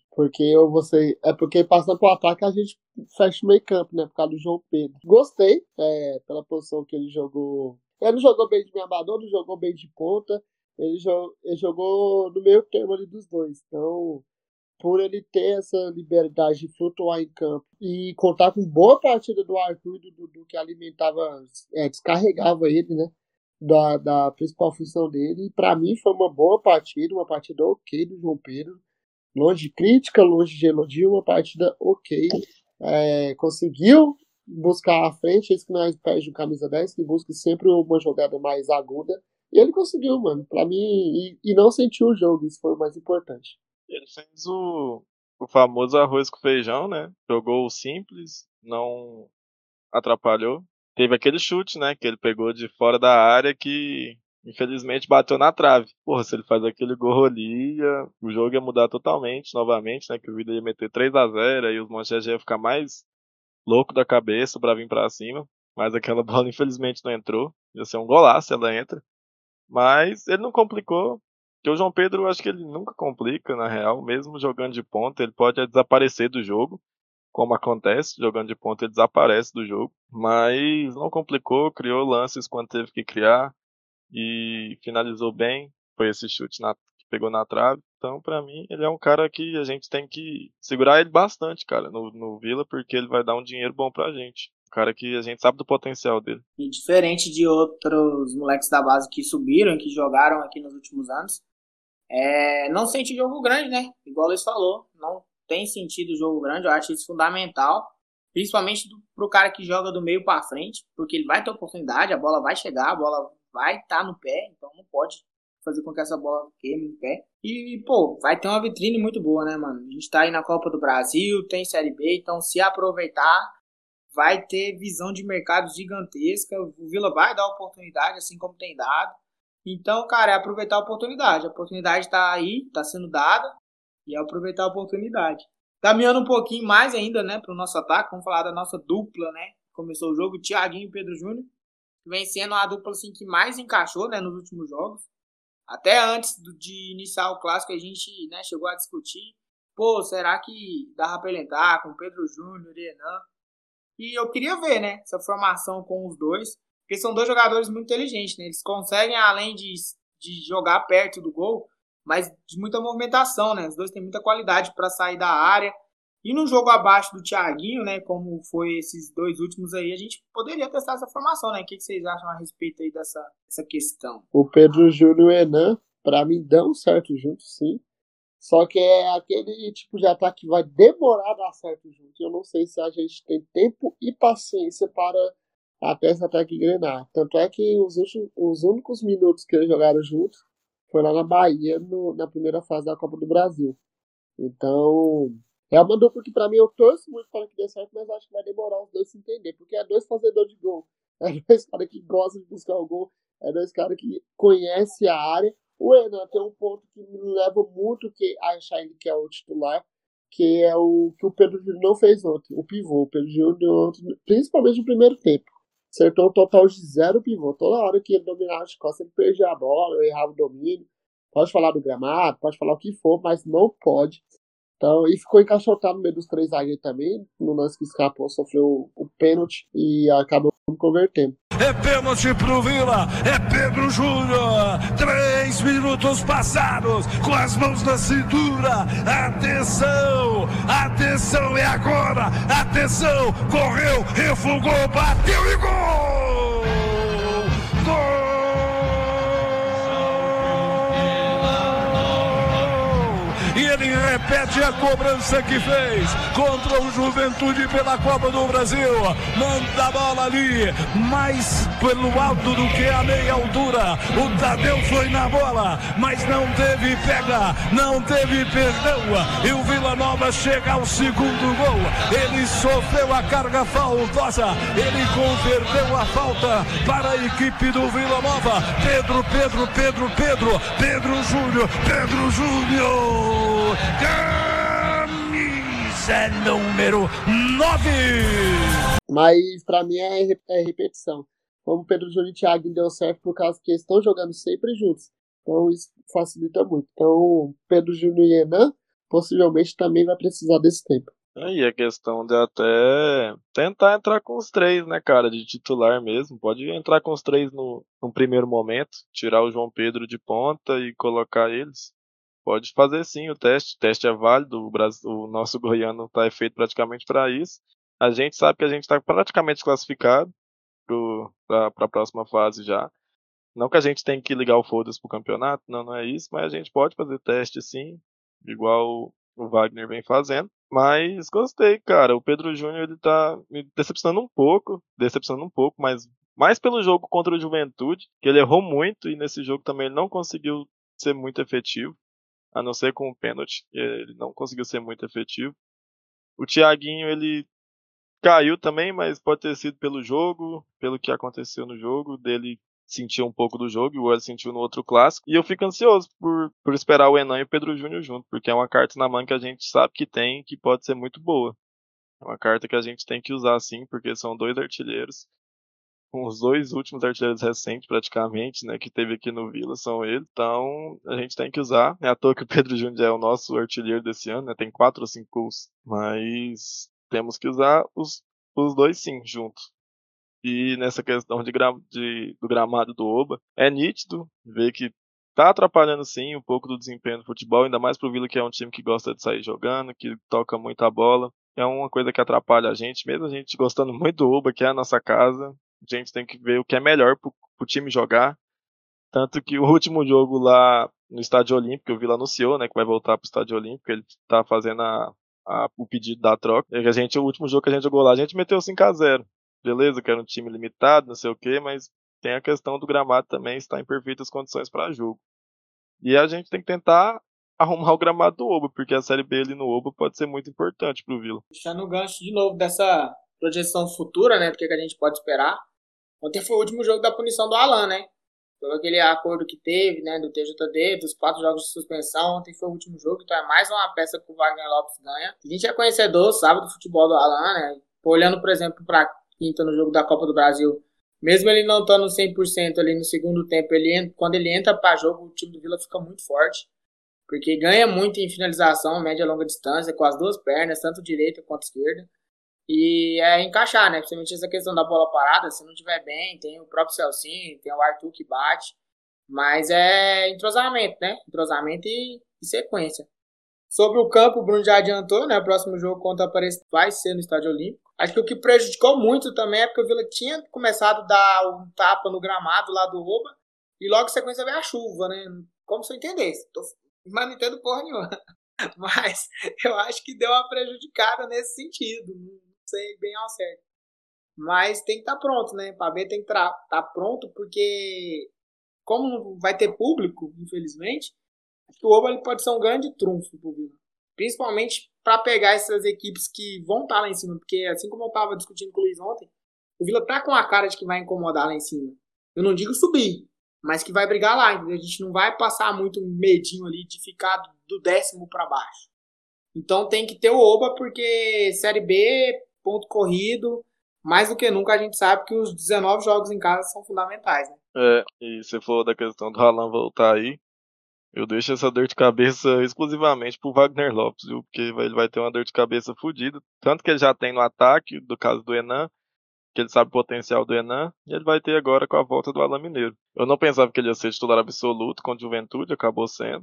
porque passando para o ataque a gente fecha o meio campo, né, por causa do João Pedro. Gostei, pela posição que ele jogou. Ele não jogou bem de meio armador, não jogou bem de ponta, ele jogou no meio termo ali dos dois. Então, por ele ter essa liberdade de flutuar em campo e contar com boa partida do Arthur e do Dudu, que alimentava, descarregava ele, né, da principal função dele. E para mim foi uma boa partida, uma partida ok do João Pedro, longe de crítica, longe de elogio, uma partida ok. Conseguiu buscar à frente, esse que nós pede o camisa 10, que busca sempre uma jogada mais aguda, e ele conseguiu, mano, pra mim, e não sentiu o jogo, isso foi o mais importante. Ele fez o famoso arroz com feijão, né? Jogou o simples, não atrapalhou. Teve aquele chute, né? Que ele pegou de fora da área que, infelizmente, bateu na trave. Porra, se ele faz aquele gol ali, o jogo ia mudar totalmente, novamente, né? Que o Vida ia meter 3-0, aí os Monchés ia ficar mais louco da cabeça pra vir pra cima. Mas aquela bola, infelizmente, não entrou. Ia ser um golaço se ela entra. Mas ele não complicou. Porque o João Pedro, eu acho que ele nunca complica, na real. Mesmo jogando de ponta, ele pode desaparecer do jogo. Como acontece, jogando de ponta ele desaparece do jogo. Mas não complicou, criou lances quando teve que criar. E finalizou bem. Foi esse chute que pegou na trave. Então, pra mim, ele é um cara que a gente tem que segurar ele bastante, cara, no Vila. Porque ele vai dar um dinheiro bom pra gente. Um cara que a gente sabe do potencial dele. E diferente de outros moleques da base que subiram, que jogaram aqui nos últimos anos, não sente jogo grande, né? Igual o Luiz falou, não tem sentido jogo grande, eu acho isso fundamental, principalmente pro cara que joga do meio pra frente, porque ele vai ter oportunidade, a bola vai chegar, a bola vai estar no pé, então não pode fazer com que essa bola queime no pé. E, pô, vai ter uma vitrine muito boa, né, mano? A gente tá aí na Copa do Brasil, tem Série B, então se aproveitar, vai ter visão de mercado gigantesca, o Vila vai dar oportunidade, assim como tem dado. Então, cara, é aproveitar a oportunidade. A oportunidade tá aí, tá sendo dada, e é aproveitar a oportunidade. Caminhando um pouquinho mais ainda, né, pro nosso ataque, vamos falar da nossa dupla, né? Começou o jogo, Thiaguinho e Pedro Júnior, que vem sendo a dupla assim, que mais encaixou, né, nos últimos jogos. Até antes de iniciar o clássico, a gente, né, chegou a discutir, pô, será que dava pra ele entrar com Pedro Júnior e Renan? E eu queria ver, né, essa formação com os dois, porque são dois jogadores muito inteligentes, né? Eles conseguem, além de jogar perto do gol, mas de muita movimentação, né? Os dois têm muita qualidade para sair da área. E no jogo abaixo do Thiaguinho, né? Como foi esses dois últimos aí, a gente poderia testar essa formação, né? O que vocês acham a respeito aí dessa questão? O Pedro Júnior e o Renan, pra mim, dão certo junto, sim. Só que é aquele tipo de ataque que vai demorar a dar certo junto. Eu não sei se a gente tem tempo e paciência para até esse ataque engrenar. Tanto é que os únicos minutos que eles jogaram juntos foi lá na Bahia, na primeira fase da Copa do Brasil. Então, É uma dupla que, pra mim, eu torço muito para que dê certo, mas acho que vai demorar os dois se entender, porque é dois fazedores de gol, é dois caras que gostam de buscar o gol, é dois caras que conhecem a área. O Enan tem um ponto que me leva muito a achar ele que é o titular, que é o que o Pedro Júnior não fez ontem, o pivô. O Pedro Júnior, principalmente no primeiro tempo, acertou um total de 0 pivô. Toda hora que ele dominava as costas, ele perdia a bola, errava o domínio. Pode falar do gramado, pode falar o que for, mas não pode. Então, e ficou encaixotado no meio dos 3 zagueiros também. No lance que escapou, sofreu o pênalti e acabou convertendo. É pênalti pro Vila, é Pedro Júnior. 3 minutos passados, com as mãos na cintura. Atenção, atenção, é agora. Atenção, correu, refugou, bateu e gol! Gol! E ele repete a cobrança que fez contra o Juventude pela Copa do Brasil. Manda a bola ali, mais pelo alto do que a meia altura. O Tadeu foi na bola, mas não teve pega, não teve perdão. E o Vila Nova chega ao segundo gol. Ele sofreu a carga faltosa, ele converteu a falta para a equipe do Vila Nova. Pedro Júnior. Camisa número 9. Mas pra mim é repetição. Como o Pedro Júnior e o Thiago deu certo por causa que eles estão jogando sempre juntos. Então isso facilita muito. Então Pedro Júnior e Enan possivelmente também vai precisar desse tempo. Aí a questão de até tentar entrar com os 3, né, cara, de titular mesmo. Pode entrar com os 3 no primeiro momento, tirar o João Pedro de ponta e colocar eles. Pode fazer sim o teste. O teste é válido. O nosso goiano está feito praticamente para isso. A gente sabe que a gente está praticamente classificado para a próxima fase já. Não que a gente tenha que ligar o foda-se pro campeonato, não é isso, mas a gente pode fazer teste sim, igual o Wagner vem fazendo. Mas gostei, cara. O Pedro Júnior ele tá me decepcionando um pouco, mas mais pelo jogo contra o Juventude, que ele errou muito e nesse jogo também ele não conseguiu ser muito efetivo. A não ser com o pênalti, ele não conseguiu ser muito efetivo. O Thiaguinho, ele caiu também, mas pode ter sido pelo jogo, pelo que aconteceu no jogo, dele sentiu um pouco do jogo, e o Wellington sentiu no outro clássico. E eu fico ansioso por esperar o Enan e o Pedro Júnior junto, porque é uma carta na mão que a gente sabe que tem, que pode ser muito boa. É uma carta que a gente tem que usar sim, porque são 2 artilheiros. Os 2 últimos artilheiros recentes, praticamente, né, que teve aqui no Vila, são eles. Então, a gente tem que usar. É à toa que o Pedro Júnior é o nosso artilheiro desse ano, né, tem 4 ou 5 gols. Mas temos que usar os 2 sim, juntos. E nessa questão do gramado do Oba, é nítido ver que tá atrapalhando sim um pouco do desempenho do futebol, ainda mais pro Vila, que é um time que gosta de sair jogando, que toca muito a bola. É uma coisa que atrapalha a gente, mesmo a gente gostando muito do Oba, que é a nossa casa. A gente tem que ver o que é melhor pro time jogar. Tanto que o último jogo lá no Estádio Olímpico, o Vila anunciou, né, que vai voltar pro Estádio Olímpico, ele tá fazendo o pedido da troca. E o último jogo que a gente jogou lá, a gente meteu 5-0. Beleza, que era um time limitado, não sei o que, mas tem a questão do gramado também estar em perfeitas condições para jogo. E a gente tem que tentar arrumar o gramado do Oba, porque a Série B ali no Oba pode ser muito importante pro Vila. Deixando o gancho de novo dessa projeção futura, né, do que a gente pode esperar. Ontem foi o último jogo da punição do Alan, né? Foi aquele acordo que teve, né, do TJD, dos 4 jogos de suspensão. Ontem foi o último jogo, então é mais uma peça que o Wagner Lopes ganha. A gente é conhecedor, sabe, do futebol do Alan, né? Olhando, por exemplo, para quinta no jogo da Copa do Brasil, mesmo ele não estando 100% ali no segundo tempo, quando ele entra para jogo, o time do Vila fica muito forte, porque ganha muito em finalização, média e longa distância, com as 2 pernas, tanto direita quanto esquerda. E é encaixar, né? Principalmente essa questão da bola parada, se não tiver bem, tem o próprio Celcinho, tem o Arthur que bate. Mas é entrosamento, né? Entrosamento e sequência. Sobre o campo, o Bruno já adiantou, né? O próximo jogo contra a Aparecidense vai ser no Estádio Olímpico. Acho que o que prejudicou muito também é porque o Vila tinha começado a dar um tapa no gramado lá do Oba e logo em sequência veio a chuva, né? Como se eu entendesse. Mas não entendo porra nenhuma. Mas eu acho que deu uma prejudicada nesse sentido. Não sei bem ao certo. Mas tem que estar pronto, né? Para ver tem que estar pronto, porque como não vai ter público, infelizmente, acho que o Oba ele pode ser um grande trunfo pro Vila. Principalmente para pegar essas equipes que vão estar lá em cima. Porque assim como eu estava discutindo com o Luiz ontem, o Vila tá com a cara de que vai incomodar lá em cima. Eu não digo subir, mas que vai brigar lá. Entendeu? A gente não vai passar muito medinho ali de ficar do 10º para baixo. Então tem que ter o Oba, porque Série B, ponto corrido, mais do que nunca a gente sabe que os 19 jogos em casa são fundamentais, né? E você falou da questão do Haaland voltar aí. Eu deixo essa dor de cabeça exclusivamente pro Wagner Lopes, viu? Porque ele vai ter uma dor de cabeça fodida. Tanto que ele já tem no ataque, do caso do Henan, que ele sabe o potencial do Henan, e ele vai ter agora com a volta do Alan Mineiro. Eu não pensava que ele ia ser titular absoluto contra o Juventude, acabou sendo.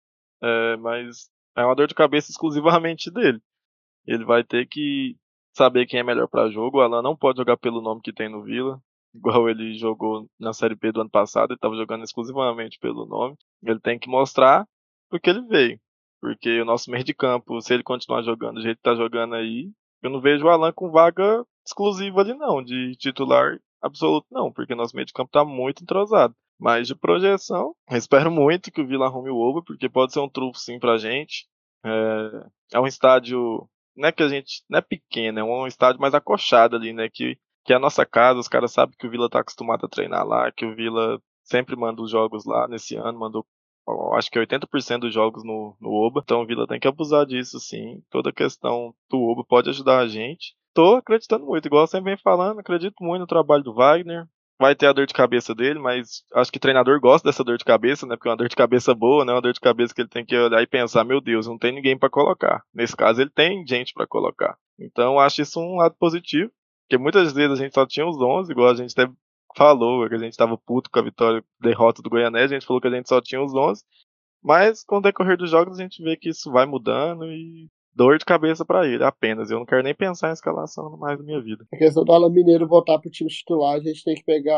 Mas é uma dor de cabeça exclusivamente dele. Ele vai ter que saber quem é melhor para jogo. O Alan não pode jogar pelo nome que tem no Vila, igual ele jogou na Série B do ano passado. Ele estava jogando exclusivamente pelo nome. Ele tem que mostrar porque ele veio. Porque o nosso meio de campo, se ele continuar jogando do jeito que tá jogando aí, eu não vejo o Alan com vaga exclusiva ali não, de titular absoluto não, porque nosso meio de campo tá muito entrosado. Mas de projeção, eu espero muito que o Vila arrume o Oba, porque pode ser um trunfo sim pra gente. É um estádio, não é que a gente, não é pequeno, é um estádio mais acolchado ali, né, que é a nossa casa, os caras sabem que o Vila tá acostumado a treinar lá, que o Vila sempre manda os jogos lá, nesse ano mandou, acho que 80% dos jogos no Oba, então o Vila tem que abusar disso sim, toda a questão do Oba pode ajudar a gente. Tô acreditando muito, igual eu sempre vem falando, acredito muito no trabalho do Wagner. Vai ter a dor de cabeça dele, mas acho que o treinador gosta dessa dor de cabeça, né? Porque é uma dor de cabeça boa, né? Uma dor de cabeça que ele tem que olhar e pensar, meu Deus, não tem ninguém pra colocar. Nesse caso, ele tem gente pra colocar. Então, acho isso um lado positivo, porque muitas vezes a gente só tinha os 11, igual a gente até falou, que a gente tava puto com a derrota do Goianese, a gente falou que a gente só tinha os 11, mas com o decorrer dos jogos a gente vê que isso vai mudando e dor de cabeça pra ele, apenas. Eu não quero nem pensar em escalação mais na minha vida. A questão do Alan Mineiro voltar pro time titular, a gente tem que pegar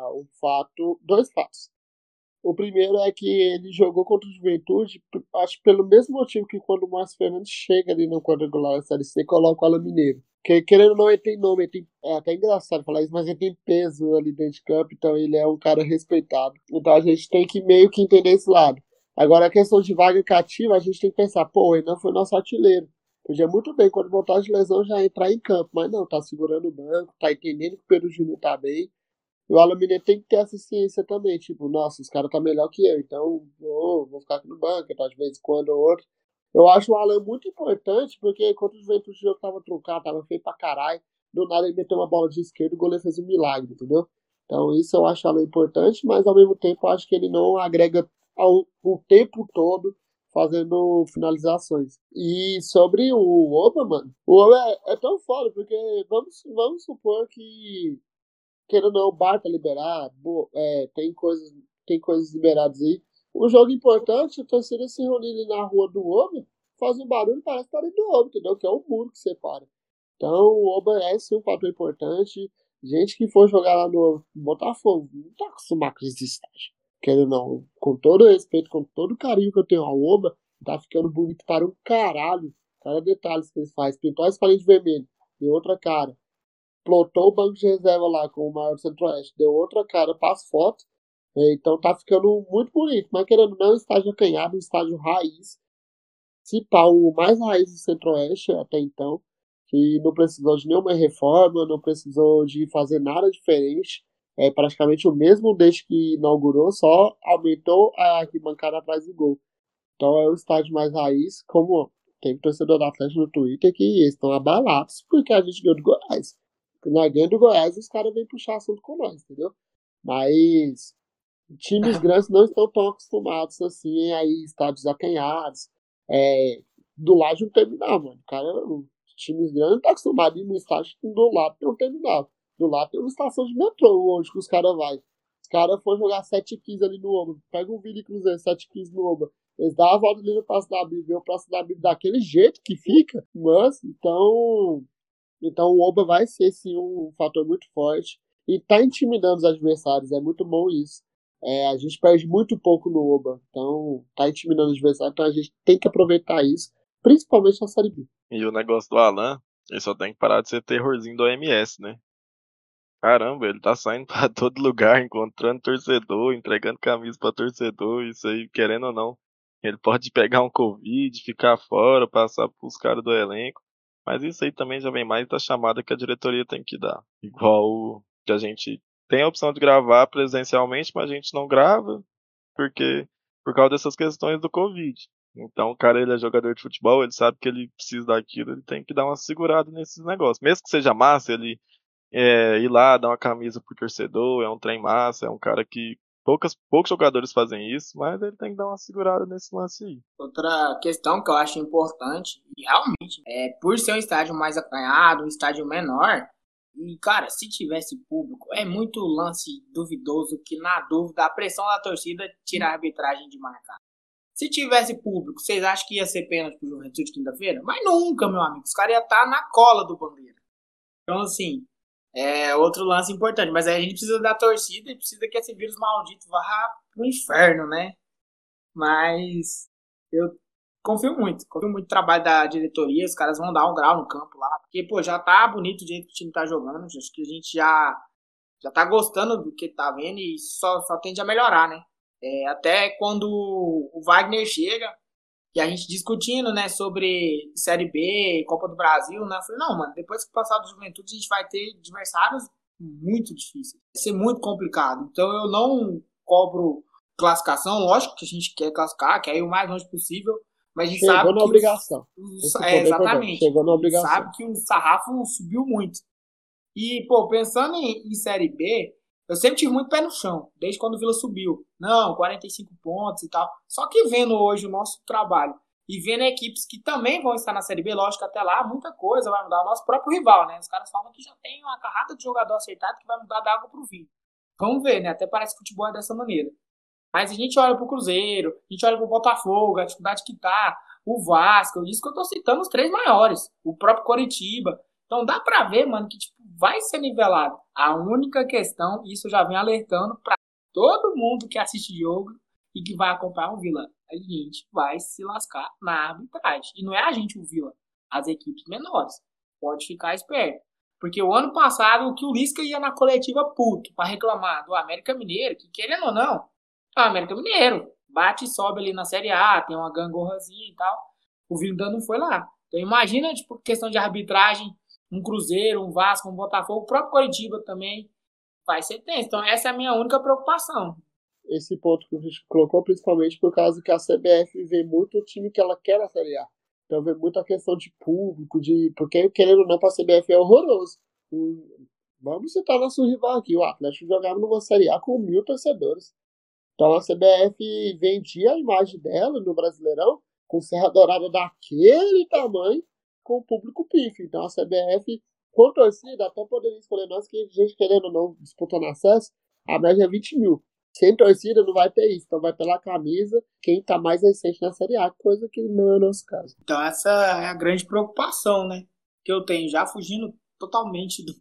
dois fatos. O primeiro é que ele jogou contra o Juventude, acho pelo mesmo motivo que quando o Márcio Fernandes chega ali no quadrangular da Série C, coloca o Alan Mineiro. Porque, querendo ou não, ele tem nome, é até engraçado falar isso, mas ele tem peso ali dentro de campo, então ele é um cara respeitado. Então a gente tem que meio que entender esse lado. Agora, a questão de vaga cativa, a gente tem que pensar, pô, ele não foi nosso artilheiro. Podia muito bem, quando voltar de lesão, já entrar em campo, mas não, tá segurando o banco, tá entendendo que o Pedro Júnior tá bem. E o Alan Mineiro tem que ter essa ciência também, tipo, nossa, os caras tá melhor que eu, então vou ficar aqui no banco, então de vez em quando ou outro. Eu acho o Alan muito importante, porque contra o Juventude o jogo tava truncado, tava feio pra caralho, do nada ele meteu uma bola de esquerda e o goleiro fez um milagre, entendeu? Então isso eu acho o Alan importante, mas ao mesmo tempo eu acho que ele não agrega o tempo todo fazendo finalizações. E sobre o Oba, mano, o Oba é tão foda, porque vamos supor que querendo ou não, o bar tá liberado, tem coisas liberadas aí. Um jogo importante, a torcida se reunir ali na rua do Oba, faz um barulho, parece que tá ali do Oba, entendeu? Que é o muro que separa. Então, o Oba é sim um fator importante. Gente que for jogar lá no Botafogo, não tá acostumado com esse estágio. Querendo ou não, com todo o respeito, com todo o carinho que eu tenho ao Oba, tá ficando bonito para um caralho. Cada detalhe que ele faz. Pintou as paredes vermelhas, deu outra cara. Plotou o banco de reserva lá com o maior do Centro-Oeste, deu outra cara para as fotos, então tá ficando muito bonito, mas querendo ou não, estágio acanhado, um estágio raiz, se pá, o mais raiz do Centro-Oeste até então, que não precisou de nenhuma reforma, não precisou de fazer nada diferente, é praticamente o mesmo desde que inaugurou, só aumentou a arquibancada atrás do gol. Então é o estádio mais raiz, como tem torcedor do Atlético no Twitter que eles estão abalados porque a gente ganhou do Goiás. Nós ganhamos do Goiás e os caras vêm puxar assunto com nós, entendeu? Mas times grandes não estão tão acostumados assim aí, estádios acanhados. Do lado de um terminal, mano. Times grandes não estão acostumados a ir no estádio do lado tem um terminal. Do lado tem uma estação de metrô, onde que os caras vão. Os caras foram jogar 7-15 ali no Oba. Pega um Vila e Cruzeiro, 7-15 no Oba. Eles dão a volta ali no Praça da Bíblia, vê o Praça da Bíblia daquele jeito que fica. Mas, então o Oba vai ser sim um fator muito forte e tá intimidando os adversários, é muito bom isso. A gente perde muito pouco no Oba, então tá intimidando os adversários, então a gente tem que aproveitar isso, principalmente na Série B. E o negócio do Alan, ele só tem que parar de ser terrorzinho do OMS, né? Caramba, ele tá saindo pra todo lugar, encontrando torcedor, entregando camisa pra torcedor, isso aí, querendo ou não, Ele pode pegar um Covid, ficar fora, passar pros caras do elenco. Mas isso aí também já vem mais da chamada que a diretoria tem que dar. Igual que a gente tem a opção de gravar presencialmente, mas a gente não grava por causa dessas questões do Covid. Então o cara, ele é jogador de futebol, ele sabe que ele precisa daquilo, ele tem que dar uma segurada nesses negócios. Mesmo que seja massa, ele ir lá, dar uma camisa pro torcedor, é um trem massa, é um cara que poucos jogadores fazem isso, mas ele tem que dar uma segurada nesse lance aí. Outra questão que eu acho importante, e realmente, por ser um estádio mais acanhado, um estádio menor, e, cara, se tivesse público, é muito lance duvidoso que, na dúvida, a pressão da torcida tira a arbitragem de marcar. Se tivesse público, vocês acham que ia ser pênalti pro Juventude quinta-feira? Mas nunca, meu amigo. Os caras iam estar na cola do Bandeira. Então, assim, é outro lance importante. Mas aí a gente precisa da torcida e precisa que esse vírus maldito vá pro inferno, né? Mas eu confio muito no trabalho da diretoria. Os caras vão dar um grau no campo lá. Porque, pô, já tá bonito o jeito que o time tá jogando. Acho que a gente já tá gostando do que tá vendo e só tende a melhorar, né? Até quando o Wagner chega, e a gente discutindo, né, sobre Série B, Copa do Brasil, né? Eu falei, não, mano, depois que passar do Juventude, a gente vai ter adversários muito difíceis. Vai ser muito complicado. Então eu não cobro classificação, lógico que a gente quer classificar, quer ir o mais longe possível, mas a gente sabe na obrigação. Exatamente. Chegou na obrigação. A gente sabe que o sarrafo subiu muito. E, pô, pensando em Série B, eu sempre tive muito pé no chão, desde quando o Vila subiu. Não, 45 pontos e tal. Só que vendo hoje o nosso trabalho e vendo equipes que também vão estar na Série B, lógico que até lá muita coisa vai mudar. O nosso próprio rival, né? Os caras falam que já tem uma carrada de jogador acertado que vai mudar da água pro vinho. Vamos ver, né? Até parece que o futebol é dessa maneira. Mas a gente olha pro Cruzeiro, a gente olha pro Botafogo, a dificuldade que tá, o Vasco, isso que eu tô citando os 3 maiores, o próprio Coritiba. Então dá pra ver, mano, que tipo, vai ser nivelado. A única questão, isso eu já venho alertando pra todo mundo que assiste jogo e que vai acompanhar o Vila. A gente vai se lascar na arbitragem. E não é a gente o Vila, as equipes menores. Pode ficar esperto. Porque o ano passado, o que o Lisca ia na coletiva puto pra reclamar do América Mineiro, que querendo ou não, é o América Mineiro. Bate e sobe ali na Série A, tem uma gangorrazinha e tal. O Vila ainda não foi lá. Então imagina, tipo, questão de arbitragem, um Cruzeiro, um Vasco, um Botafogo, o próprio Coritiba também vai ser tenso. Então essa é a minha única preocupação. Esse ponto que o Richard colocou, principalmente por causa que a CBF vê muito o time que ela quer na Série A. Então vê muito a questão de público, porque querendo ou não, para a CBF é horroroso. Vamos citar nosso rival aqui, o Atlético jogava numa Série A com 1.000 torcedores. Então a CBF vendia a imagem dela no Brasileirão com Serra Dourada daquele tamanho, com o público pífio. Então a CBF, com torcida, até poderia escolher nós, que a gente querendo ou não disputando acesso, a média é 20 mil. Sem torcida não vai ter isso, então vai pela camisa quem tá mais recente na Série A, coisa que não é o nosso caso. Então essa é a grande preocupação, né, que eu tenho, já fugindo totalmente do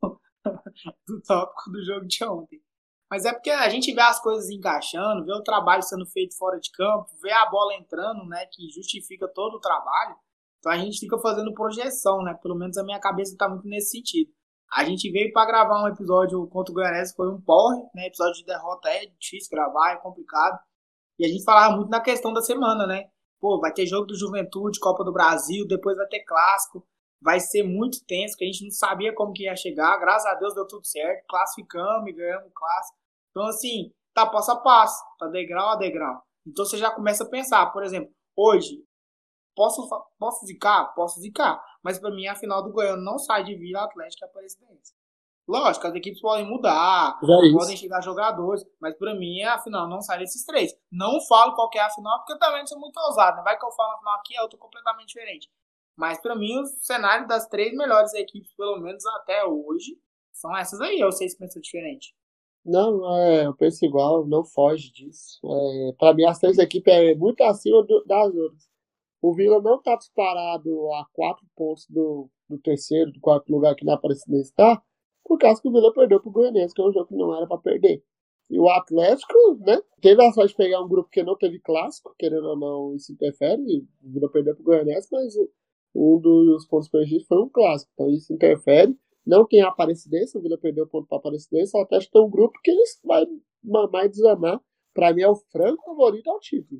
tópico do jogo de ontem. Mas é porque a gente vê as coisas encaixando, vê o trabalho sendo feito fora de campo, vê a bola entrando, né, que justifica todo o trabalho. Então a gente fica fazendo projeção, né, pelo menos a minha cabeça tá muito nesse sentido. A gente veio para gravar um episódio contra o Goianese, foi um porre, né? Episódio de derrota é difícil gravar, é complicado. E a gente falava muito na questão da semana, né? Pô, vai ter jogo do Juventude, Copa do Brasil, depois vai ter clássico. Vai ser muito tenso, que a gente não sabia como que ia chegar. Graças a Deus deu tudo certo. Classificamos e ganhamos o clássico. Então, assim, tá passo a passo, tá degrau a degrau. Então você já começa a pensar, por exemplo, hoje, posso zicar? Posso zicar. Mas pra mim, a final do Goiano não sai de Vila, Atlético e Aparecidense. Lógico, as equipes podem mudar, podem chegar jogadores, mas pra mim, a final não sai desses 3. Não falo qual que é a final, porque eu também não sou muito ousado, né? Vai que eu falo a final aqui, é outra completamente diferente. Mas pra mim, o cenário das 3 melhores equipes, pelo menos até hoje, são essas aí. Ou vocês pensam diferente? Não, eu penso igual, não foge disso. Pra mim, as 3 equipes é muito acima das outras. O Vila não está disparado a 4 pontos do terceiro, do 4º lugar que na Aparecidense está, por causa que o Vila perdeu para o Goianense, que é um jogo que não era para perder. E o Atlético, né, teve a sorte de pegar um grupo que não teve clássico, querendo ou não, isso interfere. O Vila perdeu para o Goianense, mas um dos pontos perdidos foi um clássico, então isso interfere. Não tem a Aparecidense, o Vila perdeu o ponto para a Aparecidense, o Atlético tem um grupo que eles vai mamar e desamar. Para mim é o franco favorito ao título.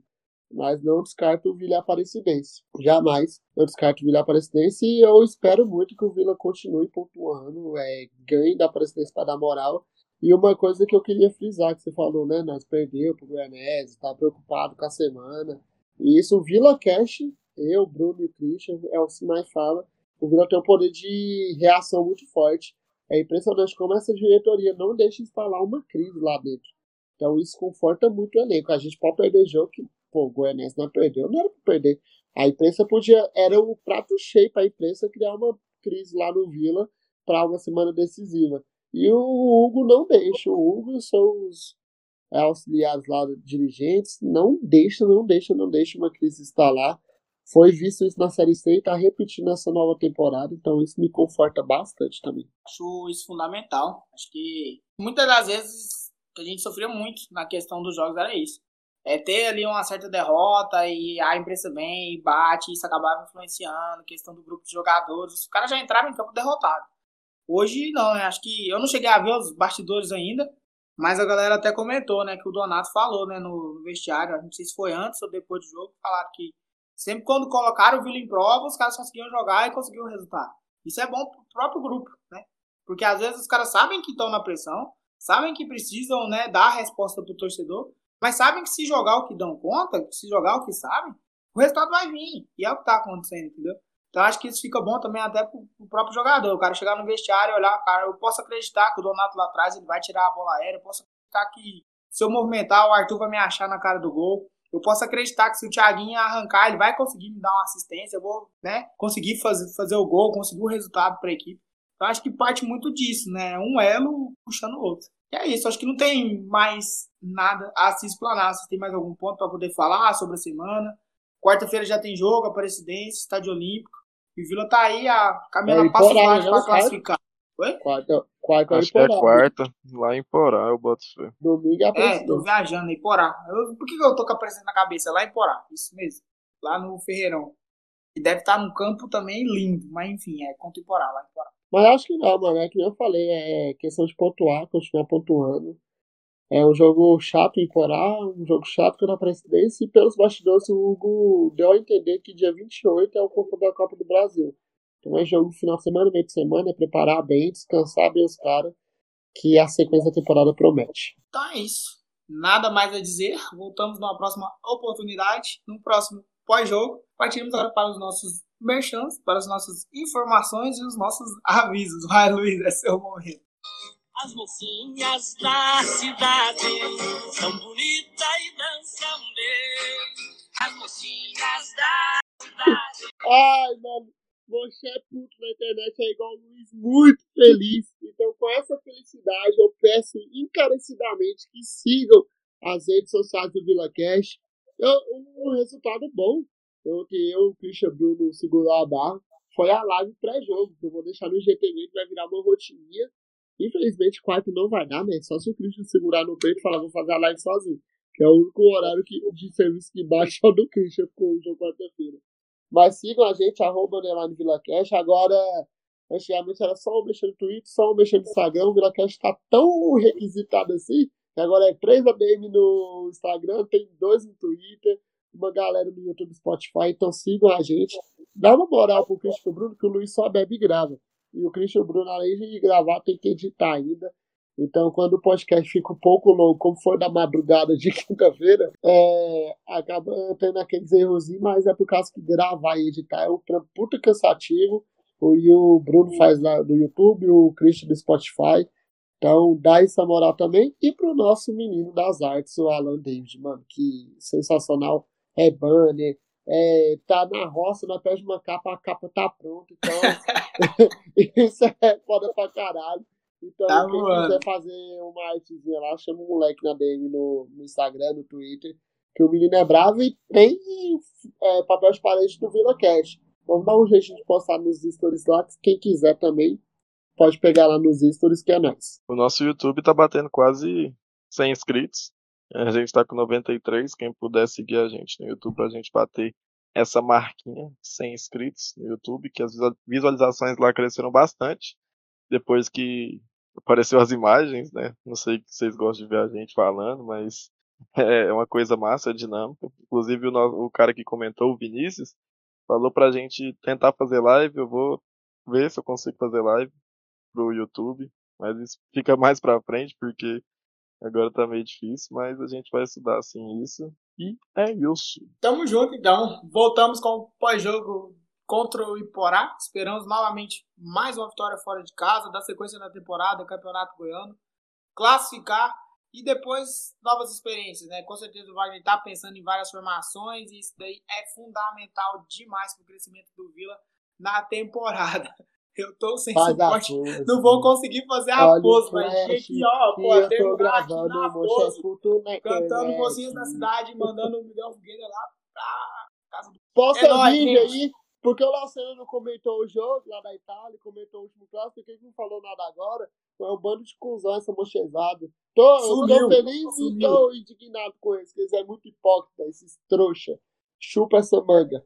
mas não descarto o Vila Aparecidense. Jamais eu descarto o Vila Aparecidense e eu espero muito que o Vila continue pontuando, ganhe da Aparecidense para dar moral. E uma coisa que eu queria frisar, que você falou, né? Nós perdeu pro Goianese, tá preocupado com a semana. E isso, o Vila Cash, eu, Bruno e o Christian, é o que mais fala. O Vila tem um poder de reação muito forte. É impressionante como essa diretoria não deixa instalar uma crise lá dentro. Então isso conforta muito o elenco. A gente pode perder jogo que, pô, o Goianese não perdeu, não era pra perder. A imprensa era o prato cheio pra imprensa criar uma crise lá no Vila para uma semana decisiva. E o Hugo não deixa. O Hugo e os seus auxiliares lá, dirigentes, não deixa uma crise instalar. Foi visto isso na Série C e tá repetindo essa nova temporada, então isso me conforta bastante também. Acho isso fundamental. Acho que muitas das vezes que a gente sofreu muito na questão dos jogos era isso. É ter ali uma certa derrota e a imprensa vem e bate, isso acabava influenciando, questão do grupo de jogadores. Os caras já entraram em campo derrotado. Hoje não, né? Acho que eu não cheguei a ver os bastidores ainda, mas a galera até comentou, né? Que o Donato falou, né? No vestiário, não sei se foi antes ou depois do jogo, falaram que sempre quando colocaram o Vila em prova, os caras conseguiam jogar e conseguiam o resultado. Isso é bom pro próprio grupo, né? Porque às vezes os caras sabem que estão na pressão, sabem que precisam, né, dar a resposta pro torcedor, mas sabem que se jogar o que dão conta, se jogar o que sabem, o resultado vai vir. E é o que tá acontecendo, entendeu? Então acho que isso fica bom também até pro próprio jogador. O cara chegar no vestiário e olhar, cara, eu posso acreditar que o Donato lá atrás ele vai tirar a bola aérea, eu posso acreditar que se eu movimentar, o Arthur vai me achar na cara do gol. Eu posso acreditar que se o Thiaguinho arrancar, ele vai conseguir me dar uma assistência, eu vou, né, conseguir fazer o gol, conseguir o resultado para a equipe. Então acho que parte muito disso, né? Um elo puxando o outro. E é isso, acho que não tem mais nada a se explanar. Vocês tem mais algum ponto para poder falar sobre a semana? Quarta-feira já tem jogo, Aparecidense, Estádio Olímpico. E o Vila tá aí caminhando a passos largos para classificar. Oi? Quarta acho que é quarta, lá em Porá, eu boto fé. Domingo é Aparecidense. Tô viajando em Porá. Por que eu tô com a Aparecidense na cabeça? Lá em Porá, isso mesmo. Lá no Ferreirão. E deve estar num campo também lindo, mas enfim, é contra o Porá, lá em Porá. Mas acho que não, mano. É que nem eu falei, é questão de pontuar, continuar pontuando. É um jogo chato em Porá, um jogo chato na Aparecidense, e pelos bastidores o Hugo deu a entender que dia 28 é o confronto da Copa do Brasil. Então é jogo final de semana, meio de semana, é preparar bem, descansar bem os caras, que a sequência da temporada promete. Então é isso. Nada mais a dizer. Voltamos numa próxima oportunidade, no próximo pós-jogo. Partimos agora para os nossos merchants, para as nossas informações e os nossos avisos. Vai, Luiz, é seu momento. As mocinhas da cidade são bonitas e dançam bem. As mocinhas da cidade. Ai, mano, você é puto na internet, é igual o Luiz, muito feliz. Então, com essa felicidade, eu peço encarecidamente que sigam as redes sociais do VilaCast. Um resultado bom. O Christian Bruno segurou a barra. Foi a live pré-jogo, que eu vou deixar no IGTV, que vai virar uma rotininha. Infelizmente, quarto não vai dar, né? Só se o Christian segurar no peito e falar, vou fazer a live sozinho. Que é o único horário de serviço que baixa é o do Christian, ficou hoje ou quarta-feira. Mas sigam a gente, @VilaCast. Agora, antigamente era só um mexer no Twitter, só um mexer no Instagram. O VilaCast tá tão requisitado assim, que agora é 3 ADM no Instagram, tem 2 no Twitter, uma galera no YouTube e Spotify. Então sigam a gente. Dá uma moral pro Christian Bruno, que o Luiz só bebe e grava. E o Christian Bruno, além de gravar, tem que editar ainda. Então, quando o podcast fica um pouco longo, como foi da madrugada de quinta-feira, acaba tendo aqueles errozinhos, mas é por causa que gravar e editar é um puta cansativo. E o Bruno faz lá do YouTube, o Christian do Spotify. Então, dá essa moral também. E pro nosso menino das artes, o Alan David, mano, que sensacional. É banner, tá na roça, nós pede uma capa, a capa tá pronta. Então, isso é foda pra caralho. Então, Tá quem voando. quiser fazer uma artezinha lá, chama o moleque na DM no Instagram, no Twitter, que o menino é bravo e tem papel de parede do VilaCast. Vamos dar um jeito de postar nos stories lá, que quem quiser também pode pegar lá nos stories, que é nóis. O nosso YouTube tá batendo quase 100 inscritos. A gente tá com 93. Quem puder seguir a gente no YouTube pra gente bater essa marquinha de 100 inscritos no YouTube, que as visualizações lá cresceram bastante depois que apareceu as imagens, né? Não sei se vocês gostam de ver a gente falando, mas É uma coisa massa, dinâmica. Inclusive o cara que comentou, o Vinícius, falou pra gente tentar fazer live. Eu vou ver se eu consigo fazer live pro YouTube, mas isso fica mais pra frente, porque agora tá meio difícil, mas a gente vai estudar assim isso. E é isso. Tamo junto, então. Voltamos com o pós-jogo contra o Iporá. Esperamos novamente mais uma vitória fora de casa, da sequência da temporada, Campeonato Goiano, classificar e depois novas experiências, né? Com certeza o Wagner tá pensando em várias formações e isso daí é fundamental demais pro crescimento do Vila na temporada. Eu tô sem suporte, não vou conseguir fazer a pose, mas aqui, ó, pô, terminar aqui na pose, cantando Mocinhas da Cidade, mandando o Miguel Figueira lá pra casa do... Posta vídeo aí, porque o Luciano não comentou o jogo lá da Itália, comentou o último clássico, quem não falou nada agora, é um bando de cuzão essa mochezada. Eu tô feliz e tô indignado com eles, que eles é muito hipócrita, esses trouxa. Chupa essa manga.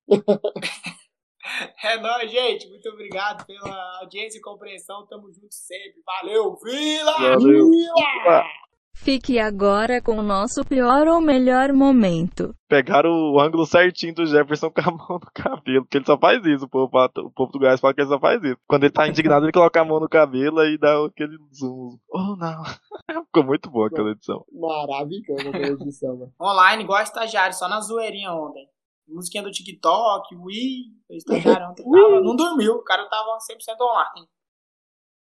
É nóis, gente. Muito obrigado pela audiência e compreensão. Tamo junto sempre. Valeu, Vila! Valeu. Vila! Fique agora com o nosso pior ou melhor momento. Pegaram o ângulo certinho do Jefferson com a mão no cabelo, porque ele só faz isso. O povo do Goiás fala que ele só faz isso. Quando ele tá indignado, ele coloca a mão no cabelo e dá aquele zoom. Oh, não. Ficou muito boa aquela edição. Maravilhosa aquela edição, mano. Online, igual estagiário, só na zoeirinha ontem. Musiquinha do TikTok, o estagiário ontem tava, não dormiu, o cara tava 100% online.